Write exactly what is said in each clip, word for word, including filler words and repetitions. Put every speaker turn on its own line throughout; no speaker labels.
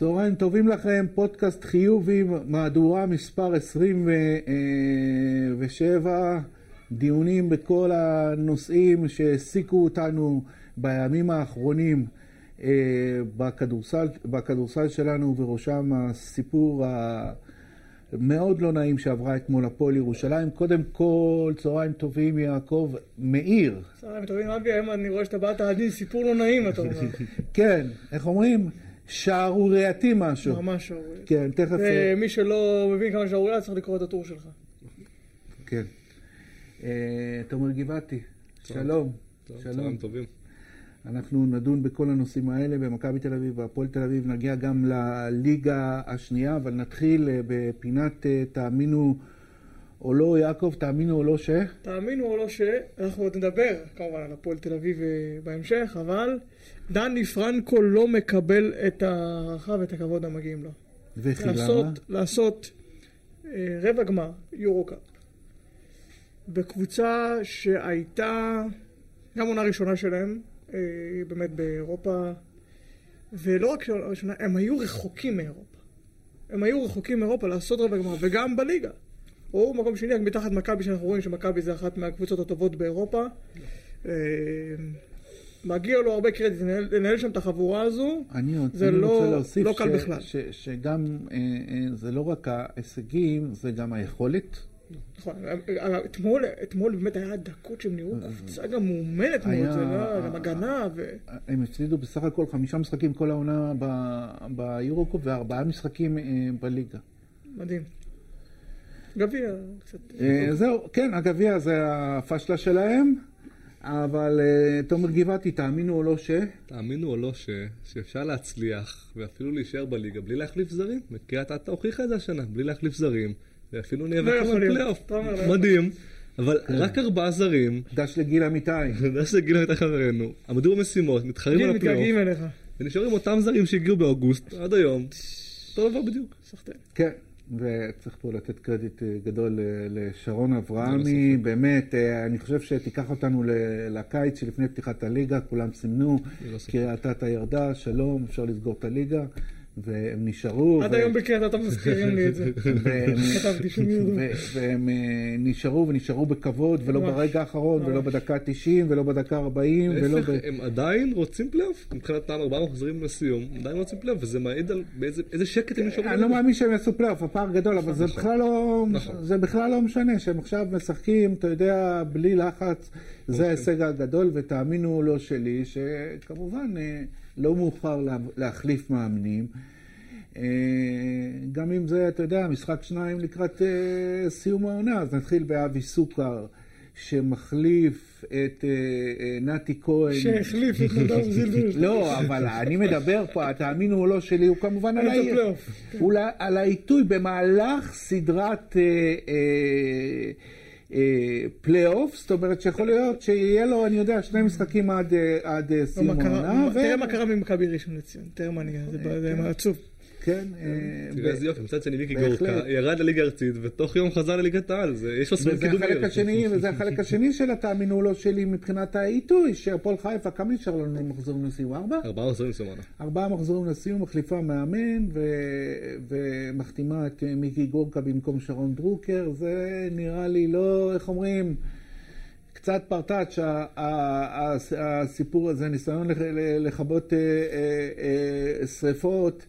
צהריים טובים לכם, פודקאסט חיובי, מהדורה מספר עשרים ושבע, דיונים בכל הנושאים שהעסיקו אותנו בימים האחרונים בכדורסל, בכדורסל שלנו, ובראשם הסיפור המאוד לא נעים שעברה אתמול הפועל ירושלים. קודם כל, צהריים טובים יעקב מאיר.
צהריים טובים אבי, היום אני רואה שאתה באת עדין, סיפור לא נעים אתה אומר.
כן, איך אומרים? שערורייתי משהו.
ממש שערורייתי.
כן, תכף...
מי שלא מבין כמה שערורייתי צריך לקרוא את הטור שלך.
כן. תומר גבעתי, שלום.
שלום טובים.
אנחנו נדון בכל הנושאים האלה במכבי תל אביב והפועל תל אביב, נגיע גם לליגה השנייה, אבל נתחיל בפינת תאמינו או לא. יעקב, תאמינו או לא ש?
תאמינו או לא ש, אנחנו עוד נדבר כמובן על הפועל תל אביב בהמשך, אבל דני פרנקו לא מקבל את הערכה ואת הכבוד המגיעים לו.
וכי למה?
לעשות, לעשות אה, רבע גמר יורו-קאפ בקבוצה שהייתה גם עונה ראשונה שלהם, אה, באמת באירופה, ולא רק ראשונה, הם היו רחוקים מאירופה. הם היו רחוקים מאירופה לעשות רבע גמר, וגם בליגה. או מקום שני, מתחת מכבי, שאנחנו רואים שמכבי זה אחת מהקבוצות הטובות באירופה. מגיע לו הרבה קרדיט, לנהל שם את החבורה הזו, זה לא קל בכלל.
שגם זה לא רק ההישגים, זה גם היכולת.
נכון, אתמול באמת היה דקות שהם נראו קבוצה גם מאומנת מאוד, זה גם הגנה.
הם הפסידו בסך הכל חמישה משחקים כל העונה ביורוקופ וארבעה משחקים בליגה.
מדהים. גביע קצת.
זהו, כן, הגביע זה הפשלה שלהם, אבל תומר גבעתי, תאמינו או לא ש?
תאמינו או לא ש, שאפשר להצליח ואפילו להישאר בליגה בלי להחליף זרים. קריית אתא הוכיחה את זה השנה, בלי להחליף זרים, ואפילו נאבקים בפלייאוף. מדהים, אבל רק ארבעה זרים.
דש לגיל אמיתי.
דש לגיל אמיתי חברנו, עמדו במשימות, מתחרים על הפלייאוף, ונשארים אותם זרים שהגיעו באוגוסט עד היום. אותו דבר בדיוק.
כן. וצריך פה לתת קרדיט גדול לשרון אברהמי, באמת, אני חושב שתיקח אותנו לקיץ שלפני פתיחת הליגה, כולם סימנו, קריית אתא ירדה, שלום, אפשר לסגור את הליגה, והם נשארו.
עד היום בקריית אתא מזכירים לי את זה.
והם נשארו ונשארו בכבוד, ולא ברגע האחרון, ולא בדקה תשעים, ולא בדקה ארבעים.
הם עדיין רוצים פלייאוף, מבחינת פעם ארבעה מחזורים לסיום, עדיין רוצים פלייאוף, וזה מעיד על איזה שקט הם נשארו.
אני לא מאמין שהם יעשו פלייאוף, הפער גדול, אבל זה בכלל לא משנה, שהם עכשיו משחקים, אתה יודע, בלי לחץ, זה ההישג הגדול, ותאמינו לו שלי, שכמובן לא מאוחר להחליף מאמנים. גם אם זה, אתה יודע, משחק שניים לקראת סיום העונה, אז נתחיל באבי סוכר, שמחליף את נתי כהן.
שהחליף את נדב זילבר.
לא, אבל אני מדבר פה, תאמינו או לא שלי, הוא כמובן על העיתוי במהלך סדרת פלייאוף, זאת אומרת שיכול להיות שיהיה לו, אני יודע, שני משחקים עד סיום העונה.
תראה מה קרה ממכבי ראשון לציון, תראה מה נהיה, זה מעצוב.
כן.
תראה איזה יופי, מצד שני מיקי גורקה ירד לליגה ארצית ותוך יום חזר לליגת העל, יש לו סביב קידום מהיר.
וזה החלק השני של התאמינו לו שלי מבחינת העיתוי, שהפועל חיפה, כמה נשאר לנו מחזורים לסיום? ארבע?
ארבעה מחזורים לסיום.
ארבעה מחזורים לסיום, מחליפה מאמן ומחתימה את מיקי גורקה במקום שרון דרוקר. זה נראה לי לא, איך אומרים, קצת פרטאץ' הסיפור הזה, ניסיון לכבות שריפות,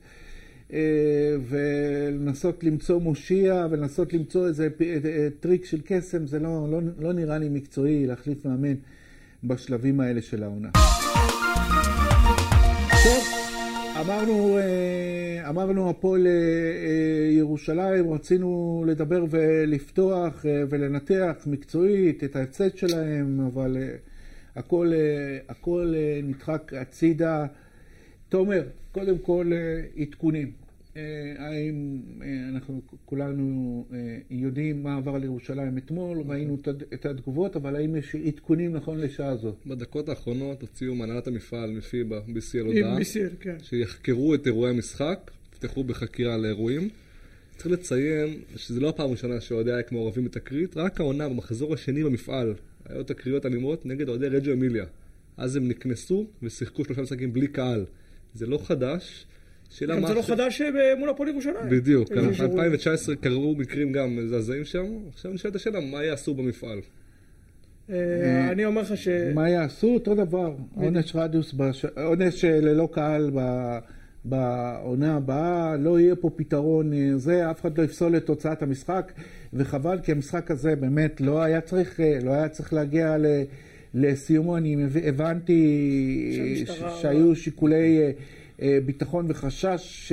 ולנסות למצוא מושיע ולנסות למצוא איזה טריק של קסם, זה לא, לא, לא נראה לי מקצועי להחליף מאמן בשלבים האלה של העונה. טוב, אמרנו, אמרנו הפועל ירושלים, רצינו לדבר ולפתוח ולנתח מקצועית את ההפסד שלהם, אבל הכל, הכל נדחק הצידה. תומר, קודם כל עדכונים. האם אנחנו כולנו יודעים מה עבר על ירושלים אתמול, ראינו את התגובות, אבל האם יש עדכונים נכון לשעה זו?
בדקות האחרונות הוציאו מהנהלת המפעל מפיבה בי סי אל הודעה,
כן.
שיחקרו את אירועי המשחק, יפתחו בחקירה על האירועים. צריך לציין שזה לא הפעם הראשונה שאוהדי היה מעורבים בתקרית, רק העונה במחזור השני במפעל, היו תקריות אלימות נגד אוהדי רג'ו אמיליה. אז הם נכנסו ושיחקו שלושה משחקים בלי קהל. זה לא חדש,
גם זה לא חדש מול הפועל ירושלים.
בדיוק, ב-אלפיים תשע עשרה קרו מקרים גם מזעזעים שם, עכשיו נשאלת השאלה, מה יעשו במפעל?
אני אומר לך ש...
מה יעשו? אותו דבר, עונש רדיוס, עונש ללא קהל בעונה הבאה, לא יהיה פה פתרון זה, אף אחד לא יפסול את תוצאת המשחק, וחבל כי המשחק הזה באמת לא היה צריך, לא היה צריך להגיע לסיומו. אני הבנתי שהיו שיקולי ביטחון וחשש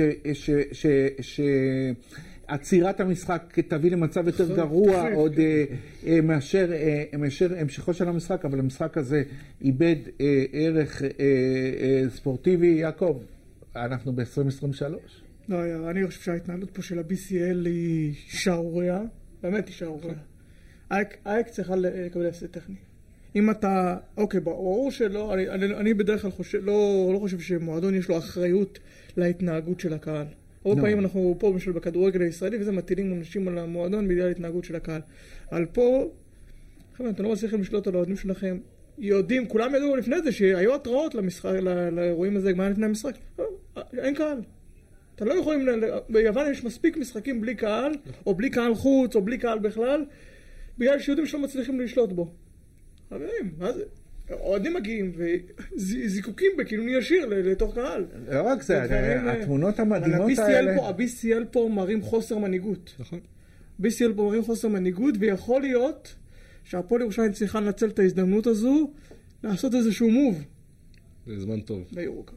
שעצירת המשחק תביא למצב יותר גרוע עוד מאשר המשכו של המשחק, אבל המשחק הזה איבד ערך ספורטיבי. יעקב, אנחנו ב-עשרים עשרים ושלוש.
לא, אני חושב שההתנהלות פה של ה-בי סי אל היא שערוריה, באמת היא שערוריה. אייק צריכה לקבל הפסד טכני. אם אתה, אוקיי, ברור שלא, אני, אני, אני בדרך כלל חושב, לא, לא חושב שמועדון יש לו אחריות להתנהגות של הקהל. הרבה פעמים אנחנו פה בשביל בכדורגל הישראלי, וזה מטילים אנשים על המועדון בגלל התנהגות של הקהל. אבל פה, חבר'ה, אתם לא מצליחים לשלוט על האוהדים שלכם. יודעים, כולם ידעו לפני זה שהיו התראות למשחק, לאירועים הזה, גמר לפני המשחק. אין קהל. אתה לא יכולים, ביוון יש מספיק משחקים בלי קהל, או בלי קהל חוץ, או בלי קהל בכלל, בגלל שיודעים שלא מצליחים לשלוט בו. חברים, מה זה? אוהדים מגיעים וזיקוקים בכינון ישיר לתוך קהל.
לא רק זה, התמונות המדהימות האלה...
ה-בי סי אל פה מראים חוסר מנהיגות. נכון. בי סי אל פה מראים חוסר מנהיגות, ויכול להיות שהפועל ירושלים צריכה לנצל את ההזדמנות הזו, לעשות איזשהו מוב.
זה זמן טוב.
ביורוקה.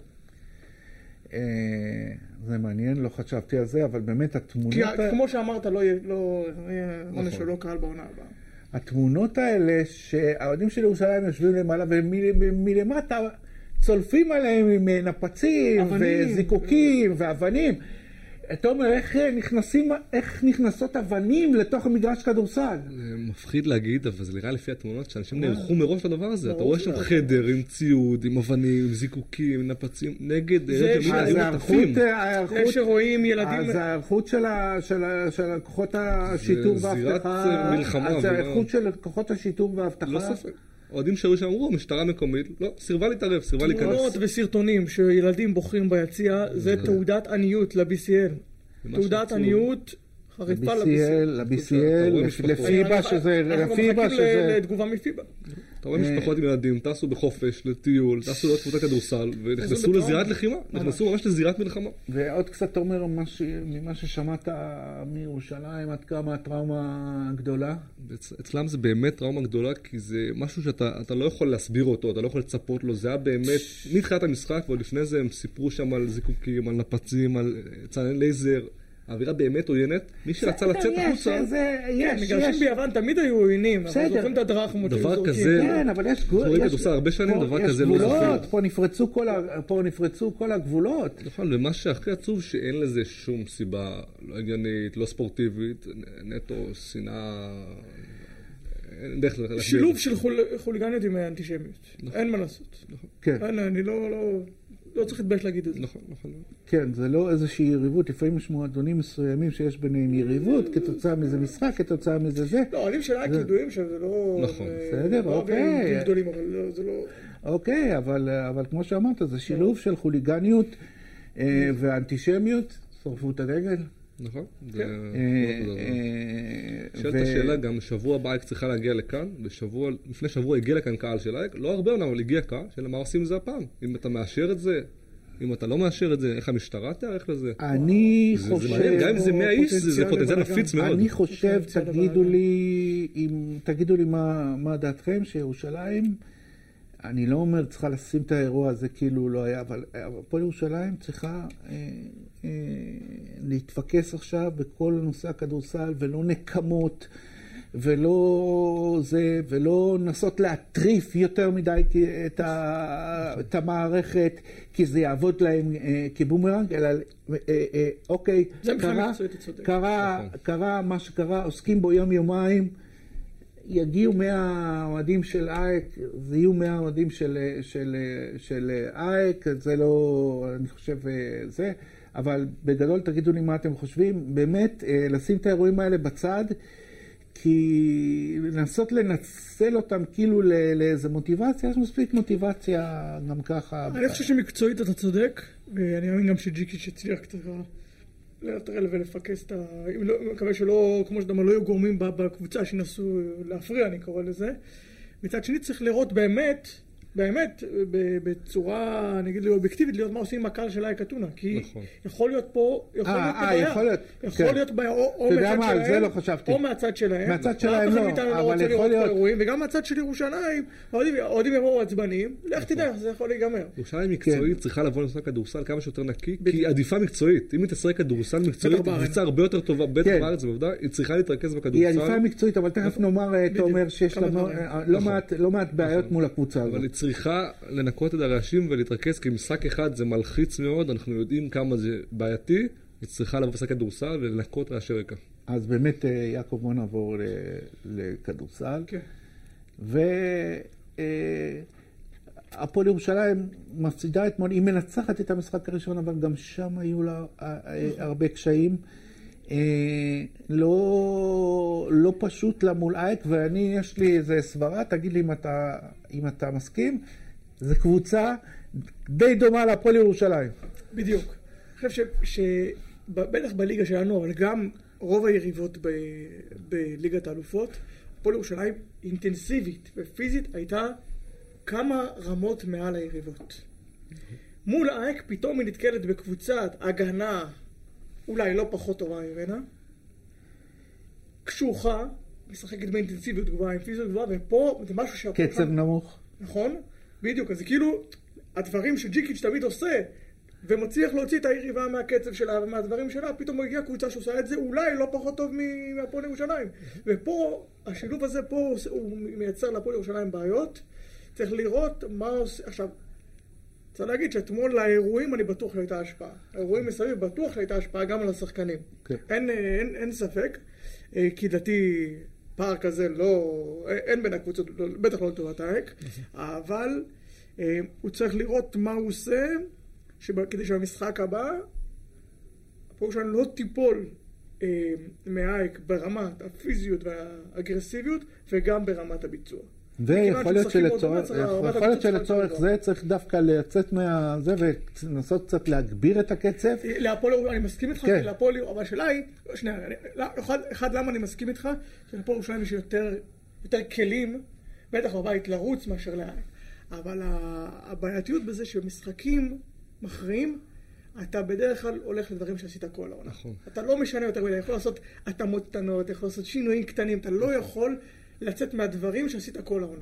זה מעניין, לא חשבתי על זה, אבל באמת התמונות...
כי כמו שאמרת, לא יהיה עונש שלא קהל בעונה הבאה.
התמונות האלה שהאוהדים של ירושלים יושבים למעלה ומלמטה צולפים עליהם עם נפצים וזיקוקים ואבנים. אתה אומר, איך נכנסים, איך נכנסות אבנים לתוך המגרש כדורסל?
זה מפחיד להגיד, אבל זה נראה לפי התמונות שאנשים נערכו מראש לדבר הזה. אתה רואה שם חדר עם ציוד, עם אבנים, עם זיקוקים, עם נפצים, נגד...
אז ההערכות...
זה שרואים ילדים...
אז ההערכות של כוחות השיטור והאבטחה... אז ההערכות של כוחות השיטור והאבטחה...
לא ספק. אוהדים שהיו שם אמרו, משטרה מקומית, לא, סירבה להתערב, סירבה להיכנס.
תמונות וסרטונים שילדים בוחרים ביציאה, זה תעודת עניות ל-בי סי אל. תעודת עניות חריפה ל-בי סי אל.
ל-בי סי אל, לפיבה שזה...
אנחנו מחכים לתגובה מפיבה.
אתה רואה משפחות עם ילדים, טסו בחופש, לטיול, טסו לעוד קבוצת כדורסל, ונכנסו לזירת לחימה, נכנסו ממש לזירת מלחמה.
ועוד קצת אומר ממה ששמעת מירושלים, עד כמה הטראומה גדולה?
אצלם זה באמת טראומה גדולה, כי זה משהו שאתה לא יכול להסביר אותו, אתה לא יכול לצפות לו, זה היה באמת, מתחילת המשחק, ועוד לפני זה הם סיפרו שם על זיקוקים, על נפצים, על צלני לייזר, האווירה באמת עוינת, מי שרצה לצאת החוצה...
כן, מגרשים ביוון תמיד היו עוינים, אבל זוכרים את הדרחמות
שהיו זורקים. דבר כזה,
כן, אבל יש גבולות,
הרבה שנים, דבר כזה לא זוכר.
פה נפרצו כל הגבולות.
נכון, ומה שהכי עצוב שאין לזה שום סיבה לא הגיונית, לא ספורטיבית, נטו, שנאה...
שילוב של חוליגניות עם אנטישמיות, אין מה לעשות. אני לא... לא צריך להתבייש להגיד את זה.
נכון, נכון.
כן, זה לא איזושהי יריבות, לפעמים יש מועדונים מסוימים שיש ביניהם יריבות, כתוצאה מזה משחק, כתוצאה מזה זה.
לא, עולים שלה ידועים שזה לא...
נכון.
בסדר, אוקיי.
גדולים, אבל זה לא...
אוקיי, אבל כמו שאמרת, זה שילוב של חוליגניות ואנטישמיות, שרפו את הדגל.
נכון. שאלת השאלה, גם שבוע הבא אייק צריכה להגיע לכאן, לפני שבוע הגיע לכאן קהל של אייק, לא הרבה עונה, אבל הגיע קהל, שאלה מה עושים זה הפעם? אם אתה מאשר את זה, אם אתה לא מאשר את זה, איך המשטרה תערך לזה?
אני חושב...
גם אם זה מאה איש, זה פוטנציאל נפיץ מאוד.
אני חושב, תגידו לי, תגידו לי מה דעתכם, שירושלים, אני לא אומר צריכה לשים את האירוע הזה כאילו לא היה, אבל פה ירושלים צריכה להתפקס עכשיו בכל נושא הכדורסל, ולא נקמות, ולא זה, ולא נסות להטריף יותר מדי את, ה, את המערכת, כי זה יעבוד להם כבומרנג, אלא אוקיי, קרה, קרה, קרה מה שקרה, עוסקים בו יום יומיים, יגיעו מאה אוהדים של אייק, זה יהיו מאה אוהדים של, של, של אייק, זה לא, אני חושב, זה, אבל בגדול תגידו לי מה אתם חושבים, באמת, לשים את האירועים האלה בצד, כי לנסות לנצל אותם כאילו לאיזה מוטיבציה, יש מספיק מוטיבציה גם ככה.
אני חושב שמקצועית אתה צודק, ואני מאמין גם שג'יקיץ' הצליח קצת לנטרל ולפקס את ה... אני מקווה שלא, כמו שאתה אומר, לא יהיו גורמים בקבוצה שינסו להפריע, אני קורא לזה. מצד שני צריך לראות באמת, באמת, בצורה, נגיד לי, אובייקטיבית, להיות מה עושים עם הקהל של אייק אתונה. כי יכול להיות פה, יכול להיות בעיה. יכול להיות בעיה, או מהצד שלהם,
מהצד שלהם לא, אבל יכול להיות...
וגם מהצד של ירושלים, העודים יבואו עצבנים, לך תדע, זה יכול להיגמר.
ירושלים מקצועית צריכה לבוא למשחק כדורסל כמה שיותר נקי, כי היא עדיפה מקצועית. אם היא תשחק כדורסל מקצועית, היא קבוצה הרבה יותר טובה, בטח בארץ ועובדה, היא צריכה להתרכז בכדורסל.
היא עדיפה מקצועית, אבל תכף נאמר, תומר, שיש לה לא מעט בעיות מול הקבוצה הזאת.
אבל היא צריכה לנקות את הרעשים ולהתרכז, כי משחק אחד זה מלחיץ מאוד, אנחנו יודעים כמה זה בעייתי, היא צריכה לבוא לשחק כדורסל ולנקות רעשי רקע.
אז באמת, יעקב, בוא נעבור לכדורסל.
כן.
והפועל ירושלים מפסידה אתמול, היא מנצחת את המשחק הראשון, אבל גם שם היו לה הרבה קשיים. לא, לא פשוט לה מול אייק, ואני, יש לי איזה סברה, תגיד לי אם אתה, אם אתה מסכים, זו קבוצה די דומה להפועל ירושלים.
בדיוק. אני חושב שבטח בליגה שלנו, אבל גם רוב היריבות ב, בליגת האלופות, הפועל ירושלים אינטנסיבית ופיזית הייתה כמה רמות מעל היריבות. מול אייק פתאום היא נתקלת בקבוצת הגנה אולי לא פחות טובה ממנה, קשוחה, משחקת באינטנסיביות גבוהה, עם פיזיות גבוהה, ופה זה משהו שהפועל...
קצב נמוך.
נכון? בדיוק, אז זה כאילו הדברים שג'יקיץ' תמיד עושה, ומצליח להוציא את היריבה מהקצב שלה ומהדברים שלה, פתאום הגיעה קבוצה שעושה את זה אולי לא פחות טוב מהפועל ירושלים. ופה, השילוב הזה פה, הוא מייצר להפועל ירושלים בעיות, צריך לראות מה עושה... עכשיו, צריך להגיד שאתמול לאירועים אני בטוח שהייתה השפעה. האירועים מסביב בטוח שהייתה השפעה גם על השחקנים. Okay. אין, אין, אין ספק, כי דעתי פער כזה לא, אין בין הקבוצות, בטח לא לטובת האק, אבל הוא צריך לראות מה הוא עושה, כדי שבמשחק הבא, הפועל שלנו לא תיפול מהאק ברמת הפיזיות והאגרסיביות, וגם ברמת הביצוע.
ויכול להיות שלצורך זה צריך דווקא לצאת מהזה ולנסות קצת להגביר את הקצב.
להפועל, אני מסכים איתך, להפועל, אבל השאלה היא, שנייה, אחד למה אני מסכים איתך, שלהפועל ירושלים יש יותר כלים, בטח בבית לרוץ מאשר לאייק. אבל הבעייתיות בזה שמשחקים מכריעים, אתה בדרך כלל הולך לדברים שעשית כל העונה. אתה לא משנה יותר מדי, יכול לעשות התאמות קטנות, יכול לעשות שינויים קטנים, אתה לא יכול לצאת מהדברים שעשית כל העונה.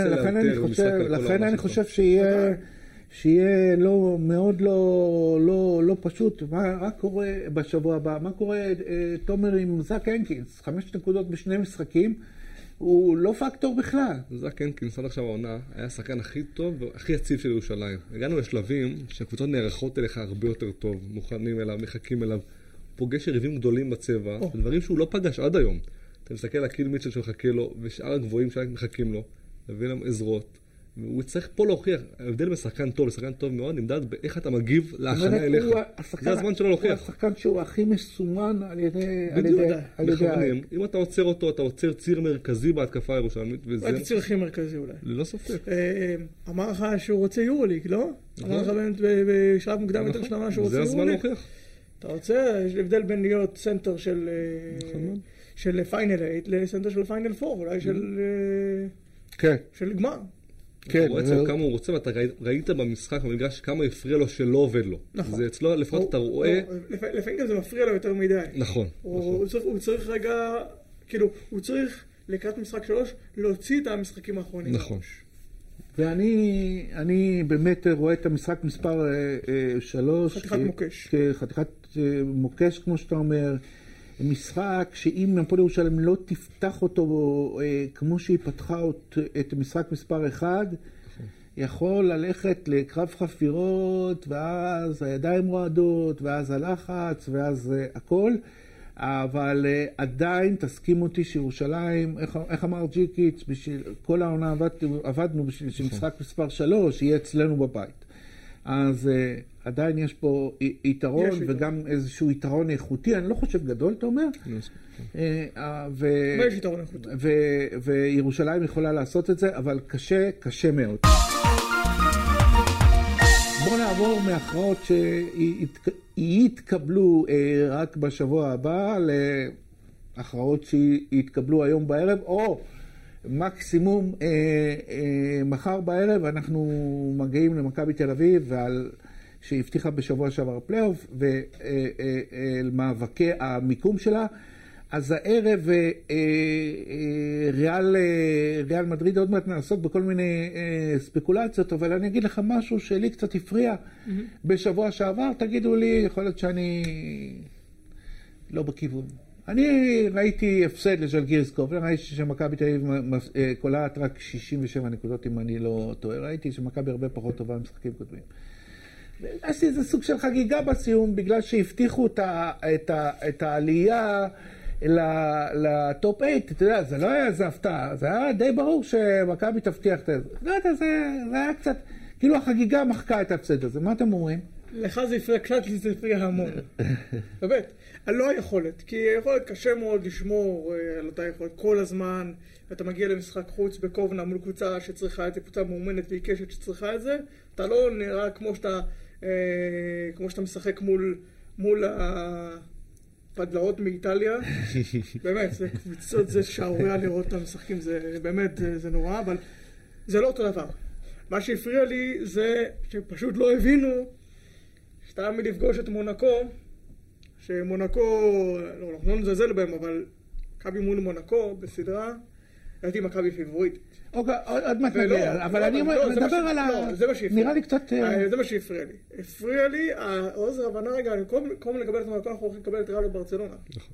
לכן אני חושב שיהיה שיהיה לא מאוד לא לא פשוט. מה קורה בשבוע הבא? מה קורה תומר עם זק הנקינס? חמש נקודות בשני משחקים. הוא לא פקטור בכלל.
זק הנקינס עד עכשיו העונה היה השחקן הכי טוב והכי יציב של ירושלים. הגענו לשלבים שהקבוצות נערכות אליך הרבה יותר טוב, מוכנים אליו, מחכים אליו. פוגש יריבים גדולים בצבע, דברים שהוא לא פגש עד היום. אתה מסתכל על הקיל מיטשל שמחכה לו, ושאר הגבוהים שמחכים לו, להביא להם עזרות, והוא צריך פה להוכיח, ההבדל בשחקן טוב, לשחקן טוב מאוד, נמדד באיך אתה מגיב להכנה אליך. זה הזמן שלו להוכיח.
הוא השחקן שהוא הכי מסומן על ידי...
בדיוק, מכוונים. אם אתה עוצר אותו, אתה עוצר ציר מרכזי בהתקפה הירושלמית, וזה...
הציר הכי מרכזי אולי.
ללא ספק.
אמר לך שהוא רוצה יורוליג, לא? אמר לך בשלב מוקדם יותר שלמה שהוא רוצה יורוליג.
זה הזמן להוכיח.
אתה רוצה, יש הבדל בין להיות סנטר של... של פיינל אייט לסנטר של פיינל פור, אולי של...
כן.
של גמר.
כן. הוא רואה כמה הוא רוצה, ואתה ראית במשחק, במגרש, כמה הפריע לו שלא עובד לו.
נכון.
זה אצלו, לפחות אתה רואה...
לפעמים גם זה מפריע לו יותר מדי.
נכון.
הוא צריך רגע, כאילו, הוא צריך לקראת משחק שלוש, להוציא את המשחקים האחרונים.
נכון.
ואני אני באמת רואה את המשחק מספר שלוש.
חתיכת מוקש.
חתיכת מוקש, כמו שאתה אומר. משחק שאם הפועל ירושלים לא תפתח אותו אה, כמו שהיא פתחה את, את משחק מספר אחד, יכול ללכת לקרב חפירות, ואז הידיים רועדות, ואז הלחץ, ואז אה, הכל. אבל אה, עדיין תסכים אותי שירושלים, איך, איך אמר ג'יקיץ', בשביל כל העונה עבד, עבדנו בשביל שמשחק מספר שלוש יהיה אצלנו בבית. אז... אה, עדיין יש פה יתרון, וגם איזשהו יתרון איכותי, אני לא חושב גדול, אתה אומר?
מה יש יתרון איכותי?
וירושלים יכולה לעשות את זה, אבל קשה, קשה מאוד. בואו נעבור מהכרעות שיתקבלו רק בשבוע הבא, להכרעות שיתקבלו היום בערב, או מקסימום מחר בערב. אנחנו מגיעים למכבי תל אביב, ועל... שהבטיחה בשבוע שעבר פלייאוף, ולמאבקי המיקום שלה. אז הערב ריאל, ריאל מדריד עוד מעט נעסוק בכל מיני ספקולציות, אבל אני אגיד לך משהו שלי קצת הפריע mm-hmm. בשבוע שעבר, תגידו לי, יכול להיות שאני לא בכיוון. אני ראיתי הפסד לז'לגיריס קובנה, ראיתי שמכבי תל אביב קולעת רק שישים ושבע נקודות אם אני לא טועה, ראיתי שמכבי הרבה פחות טובה במשחקים קודמים. עשיתי איזה סוג של חגיגה בסיום, בגלל שהבטיחו את, ה, את, ה, את העלייה לטופ שמונה, אתה יודע, זה לא היה איזה הפתעה, זה היה די ברור שמכבי תבטיח את זה. לא יודע, זה, זה היה קצת, כאילו החגיגה מחקה את ההפסד הזה, מה אתם אומרים?
לך זה הפריע קצת, זה הפריע המון. באמת, לא היכולת, כי היכולת קשה מאוד לשמור על אותה יכולת כל הזמן, ואתה מגיע למשחק חוץ בקובנה מול קבוצה שצריכה את זה, קבוצה מאומנת ועיקשת שצריכה את זה, אתה לא נראה כמו שאתה, אה, כמו שאתה משחק מול, מול הפדלאות מאיטליה. באמת, זה קבוצות, זה שערוריה לראות את המשחקים, זה באמת, זה, זה נורא, אבל זה לא אותו דבר. מה שהפריע לי זה שפשוט לא הבינו שאתה עמיד לפגוש את מונקו, שמונקו, לא, אנחנו לא נזלזל בהם, אבל מכבי מול מונקו בסדרה, ראיתי מכבי פיבוריטית.
אוקיי, עוד מעט נגיע, אבל אני מדבר על ה... נראה לי קצת...
זה מה שהפריע לי. הפריע לי, העוזר הבנה רגע, כל מיני לקבל את מונקו, אנחנו הולכים לקבל את ריאל בברצלונה.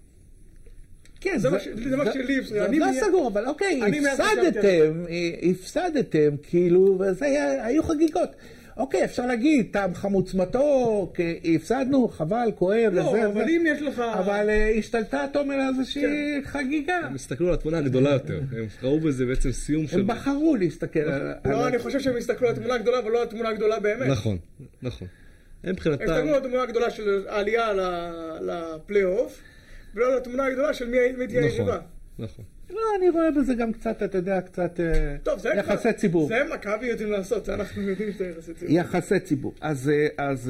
כן,
זה מה שלי הפריע.
זה לא סגור, אבל אוקיי, הפסדתם, הפסדתם, כאילו, וזה היו חגיגות. אוקיי, אפשר להגיד, טעם חמוץ מתוק, הפסדנו, חבל, כואב,
לא, וזה, אבל אם יש לך...
אבל השתלטה תומר איזושהי כן. חגיגה.
הם הסתכלו על התמונה הגדולה יותר, הם ראו בזה בעצם סיום של...
הם בחרו להסתכל על...
לא, אני חושב שהם הסתכלו על התמונה הגדולה, אבל לא על התמונה הגדולה באמת.
נכון, נכון. הם מבחינתם...
הם הסתכלו על התמונה הגדולה של העלייה לפלייאוף, ולא על התמונה הגדולה של מי תהיה היריבה.
נכון.
לא, אני רואה בזה גם קצת, אתה יודע, קצת יחסי ציבור.
זה מכבי יודעים לעשות, זה אנחנו יודעים שזה יחסי ציבור.
יחסי ציבור. אז, אז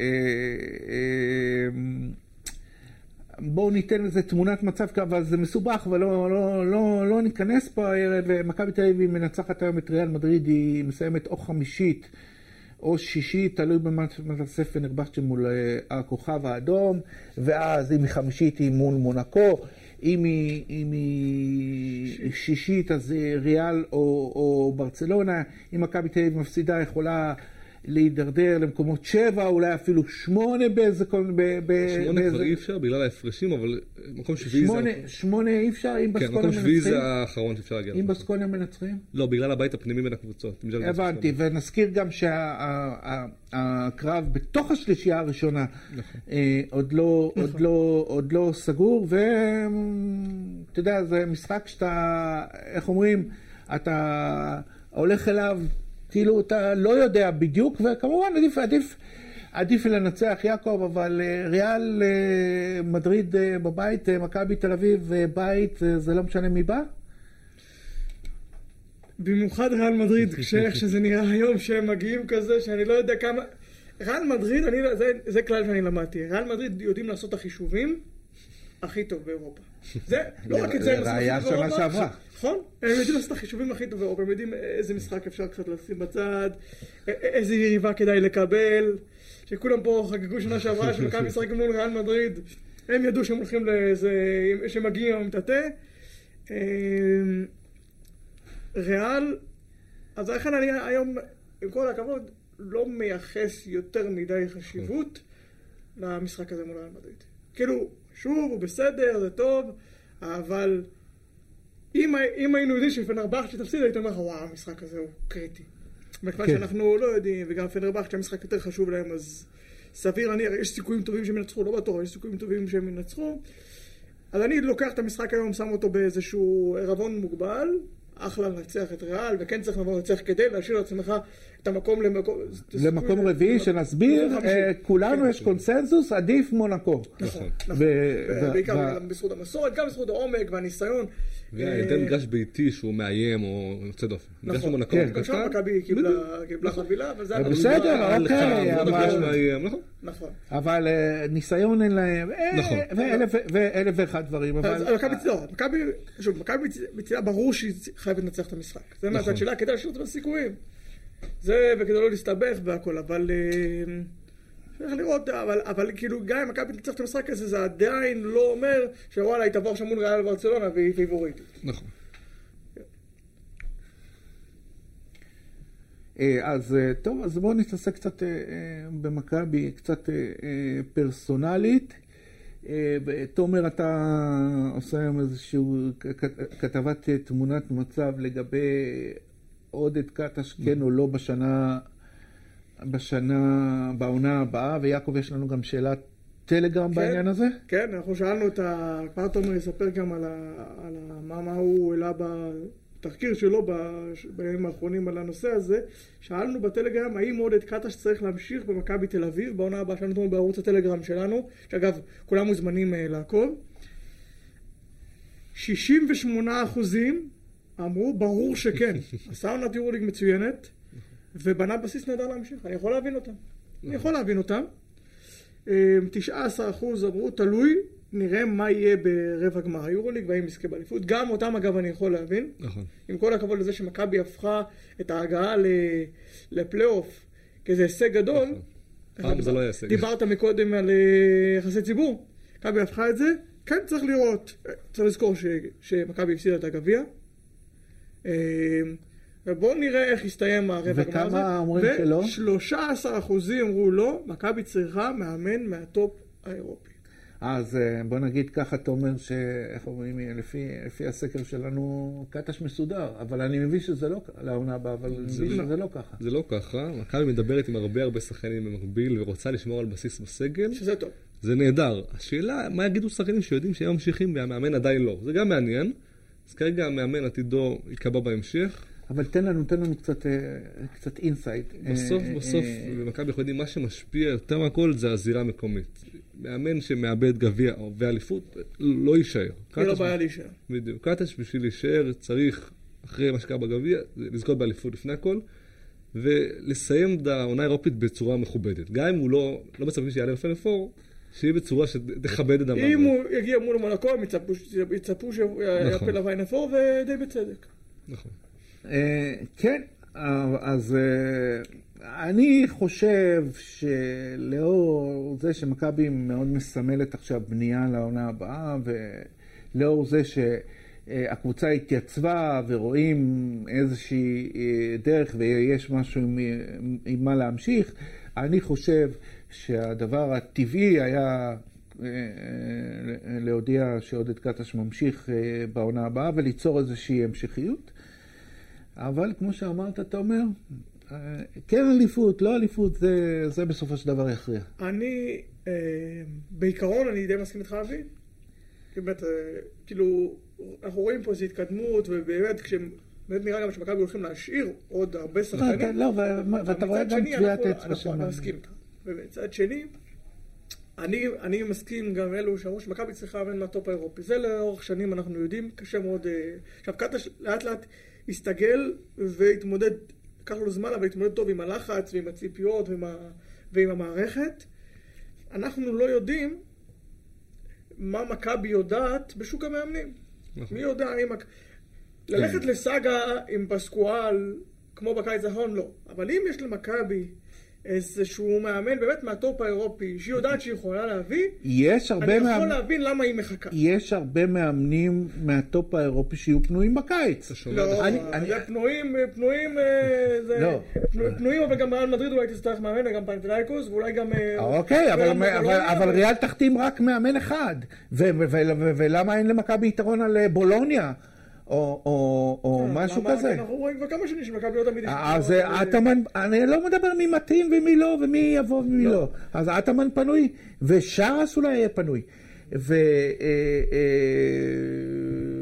בואו ניתן לזה תמונת מצב, אבל זה מסובך, ולא לא, לא, לא ניכנס פה. מכבי תל אביב מנצחת היום את ריאל מדריד, היא מסיימת או חמישית או שישית, תלוי במצב פנרבחצ'ה מול הכוכב האדום, ואז אם היא חמישית היא מול מונקו. אם היא, אם היא שישית, אז ריאל או, או ברצלונה. אם מכבי תל אביב מפסידה, יכולה להידרדר למקומות שבע, אולי אפילו שמונה באיזה...
שמונה באיזה... כבר אי אפשר, בגלל ההפרשים, אבל מקום שביעי
שמונה, זה... שמונה אי אפשר, אם בסקוניה מנצחים?
כן, מקום שביעי זה האחרון שאפשר להגיע.
אם בסקוניה מנצחים?
לא, בגלל הבית הפנימי בין הקבוצות.
הבנתי, ונזכיר גם שהקרב בתוך השלישייה הראשונה עוד לא, עוד לא, עוד לא סגור, ואתה יודע, זה משחק שאתה, איך אומרים, אתה הולך אליו, כאילו אתה לא יודע בדיוק, וכמובן עדיף, עדיף, עדיף לנצח יעקב, אבל ריאל מדריד בבית, מכבי תל אביב בבית, זה לא משנה מי בא?
במיוחד ריאל מדריד, כשאיך שזה נראה היום שהם מגיעים כזה, שאני לא יודע כמה... ריאל מדריד, אני, זה, זה כלל שאני למדתי, ריאל מדריד יודעים לעשות את החישובים הכי טוב באירופה. זה, לא רק את זה,
זה היה שנה שעברה.
נכון? הם יודעים לעשות את החישובים הכי טוב באירופה, הם יודעים איזה משחק אפשר קצת לשים בצד, איזה יריבה כדאי לקבל, שכולם פה חגגו שנה שעברה, שמכבי משחק מול ריאל מדריד, הם ידעו שהם הולכים לאיזה, שמגיעים המטאטה. ריאל, אז לכן אני היום, עם כל הכבוד, לא מייחס יותר מדי חשיבות למשחק הזה מול ריאל מדריד. כאילו, שוב, הוא בסדר, זה טוב, אבל אם, אם היינו יודעים שפנרבחצ'ה שתפסיד, הייתם אומר, וואו, המשחק הזה הוא קריטי. מכיוון שאנחנו לא יודעים, וגם פנרבחצ'ה שהמשחק יותר חשוב להם, אז סביר להניח, יש סיכויים טובים שהם ינצחו, לא בטוח, יש סיכויים טובים שהם ינצחו. אז אני לוקח את המשחק היום, שם אותו באיזשהו ערבון מוגבל, אחלה לנצח את ריאל, וכן צריך לבוא לנצח כדי להשאיר לעצמך את המקום למקום...
למקום רביעי, שנסביר, כולנו יש קונסנזוס, עדיף מונקו.
נכון, נכון. בעיקר בזכות המסורת, גם בזכות העומק והניסיון.
וההבדל מגרש ביתי שהוא מאיים או יוצא דופן. מגרש במונקו.
כן, שם מכבי קיבלה חבילה, אבל זה...
בסדר, אוקיי.
נכון.
אבל ניסיון אין להם, ואלף ואחד דברים.
מכבי בצידה ברור שהיא חייבת לנצח את המשחק. זה מהצד שלה, כדי להשאיר את הסיכויים. זה וכדי לא להסתבך והכל, אבל צריך לראות, אבל, אבל כאילו גם אם מכבי תנצח את המשחק הזה, זה עדיין לא אומר שוואלה היא תעבור שם מול ריאל ברצלונה והיא פיבוריטית.
נכון.
אז טוב, אז בואו נתעסק קצת במכבי, קצת פרסונלית. תומר, אתה עושה היום איזושהי כתבת תמונת מצב לגבי עודד קטש, כן או לא בשנה, בשנה, בעונה הבאה, ויעקב יש לנו גם שאלת טלגרם
כן,
בעניין הזה?
כן, אנחנו שאלנו את ה... כבר תומר יספר גם על, ה... על ה... מה, מה הוא העלה בתחקיר שלו בימים האחרונים על הנושא הזה. שאלנו בטלגרם, האם עודד קטש צריך להמשיך במכבי תל אביב בעונה הבאה, שאלנו תומר בערוץ הטלגרם שלנו, שאגב, כולם מוזמנים לעקוב. שישים ושמונה אחוזים אמרו, ברור שכן. עשה עונת יורוליג מצוינת, ובנה בסיס נהדר להמשיך. אני יכול להבין אותם. אני יכול להבין אותם. תשעה עשר אחוז אמרו, תלוי, נראה מה יהיה ברבע גמר היורוליג, והאם יזכה באליפות. גם אותם, אגב, אני יכול להבין.
נכון. עם
כל הכבוד לזה שמכבי הפכה את ההגעה לפלייאוף כאיזה הישג גדול.
פעם זה לא היה הישג.
דיברת מקודם על יחסי ציבור. מכבי הפכה את זה. כן, צריך לראות. צריך לזכור שמכבי הפסידה את הגביע. ובואו נראה איך יסתיים הרבע גמר הזה.
וכמה אומרים שלא?
ו-שלושה עשר אחוזים אמרו לא, מכבי צריכה מאמן מהטופ האירופי.
אז בוא נגיד ככה, תומר, שאיך אומרים, לפי, לפי הסקר שלנו, קטש מסודר, אבל אני מבין שזה לא לעונה הבאה, אבל אני מבין שזה לא ככה.
זה לא ככה, מכבי מדברת עם הרבה הרבה שחקנים במקביל, ורוצה לשמור על בסיס בסגל.
שזה טוב.
זה נהדר. השאלה, מה יגידו שחקנים שיודעים שהם ממשיכים, והמאמן עדיין לא. זה גם מעניין. אז כרגע המאמן עתידו יקבע בהמשך.
אבל תן לנו, תן לנו קצת, קצת אינסייט.
בסוף, בסוף, במכבי אנחנו יודעים, מה שמשפיע יותר מהכל זה הזירה המקומית. מאמן שמאבד גביע ואליפות לא יישאר.
זה לא בעיה להישאר.
בדיוק. קטש בשביל להישאר צריך, אחרי מה שקרה בגביע, לזכות באליפות לפני הכל, ולסיים את העונה האירופית בצורה מכובדת. גם אם הוא לא, לא מצפים שיעלה לפיינל פור, שיהיה בצורה שתכבד את המאמן.
אם הוא יגיע מול מונקו, הם יצפו שיעפה לפיינל פור, ודי בצדק.
נכון.
כן, אז אני חושב שלאור זה שמכבי מאוד מסמלת עכשיו בנייה לעונה הבאה, ולאור זה שהקבוצה התייצבה ורואים איזושהי דרך ויש משהו עם, עם מה להמשיך, אני חושב שהדבר הטבעי היה להודיע שעודד קטש ממשיך בעונה הבאה וליצור איזושהי המשכיות. אבל כמו שאמרת, אתה אומר, כן אליפות, לא אליפות, זה, זה בסופו של דבר יכריע.
אני, אה, בעיקרון, אני די מסכים איתך להבין. באמת, אה, כאילו, אנחנו רואים פה איזו התקדמות, ובאמת, כשבאמת נראה גם שמכבי הולכים להשאיר עוד הרבה שחקנים.
כן, לא, ואתה רואה גם טביעת אצבע שם.
אנחנו מסכים איתך. ובצד שני, אני, אני מסכים גם אלו שאמרו שמכבי צריכה לאמן מהטופ האירופי. זה לאורך שנים אנחנו יודעים, קשה מאוד. עכשיו, קטש לאט לאט הסתגל והתמודד, לקח לו זמן, אבל התמודד טוב עם הלחץ ועם הציפיות ועם, ה, ועם המערכת. אנחנו לא יודעים מה מכבי יודעת בשוק המאמנים. מי יודע אם... ללכת לסאגה עם פסקואל, כמו בקיץ האחרון, לא. אבל אם יש למכבי איזשהו מאמן באמת מהטופ האירופי, שהיא יודעת שהיא יכולה להביא,
יש הרבה
אני יכול
מאמנ...
להבין למה היא מחכה.
יש הרבה מאמנים מהטופ האירופי שיהיו פנויים בקיץ.
לא, אני, אני... זה פנויים, פנויים, זה...
לא.
פנויים, אבל גם ריאל מדריד אולי תצטרך מאמן, וגם פנתלייקוס, ואולי גם...
אוקיי, אבל, אבל, אבל, אבל ריאל תחתים רק מאמן אחד. ו- ו- ו- ו- ולמה אין למכבי יתרון על בולוניה? או, או, או משהו כזה.
אנחנו רואים כבר כמה שנים שמכבי לא תמיד...
אז אטמן, אני לא מדבר מי מתאים ומי לא, ומי יבוא ומי לא. אז אטמן פנוי, ושרס אולי יהיה פנוי. ו...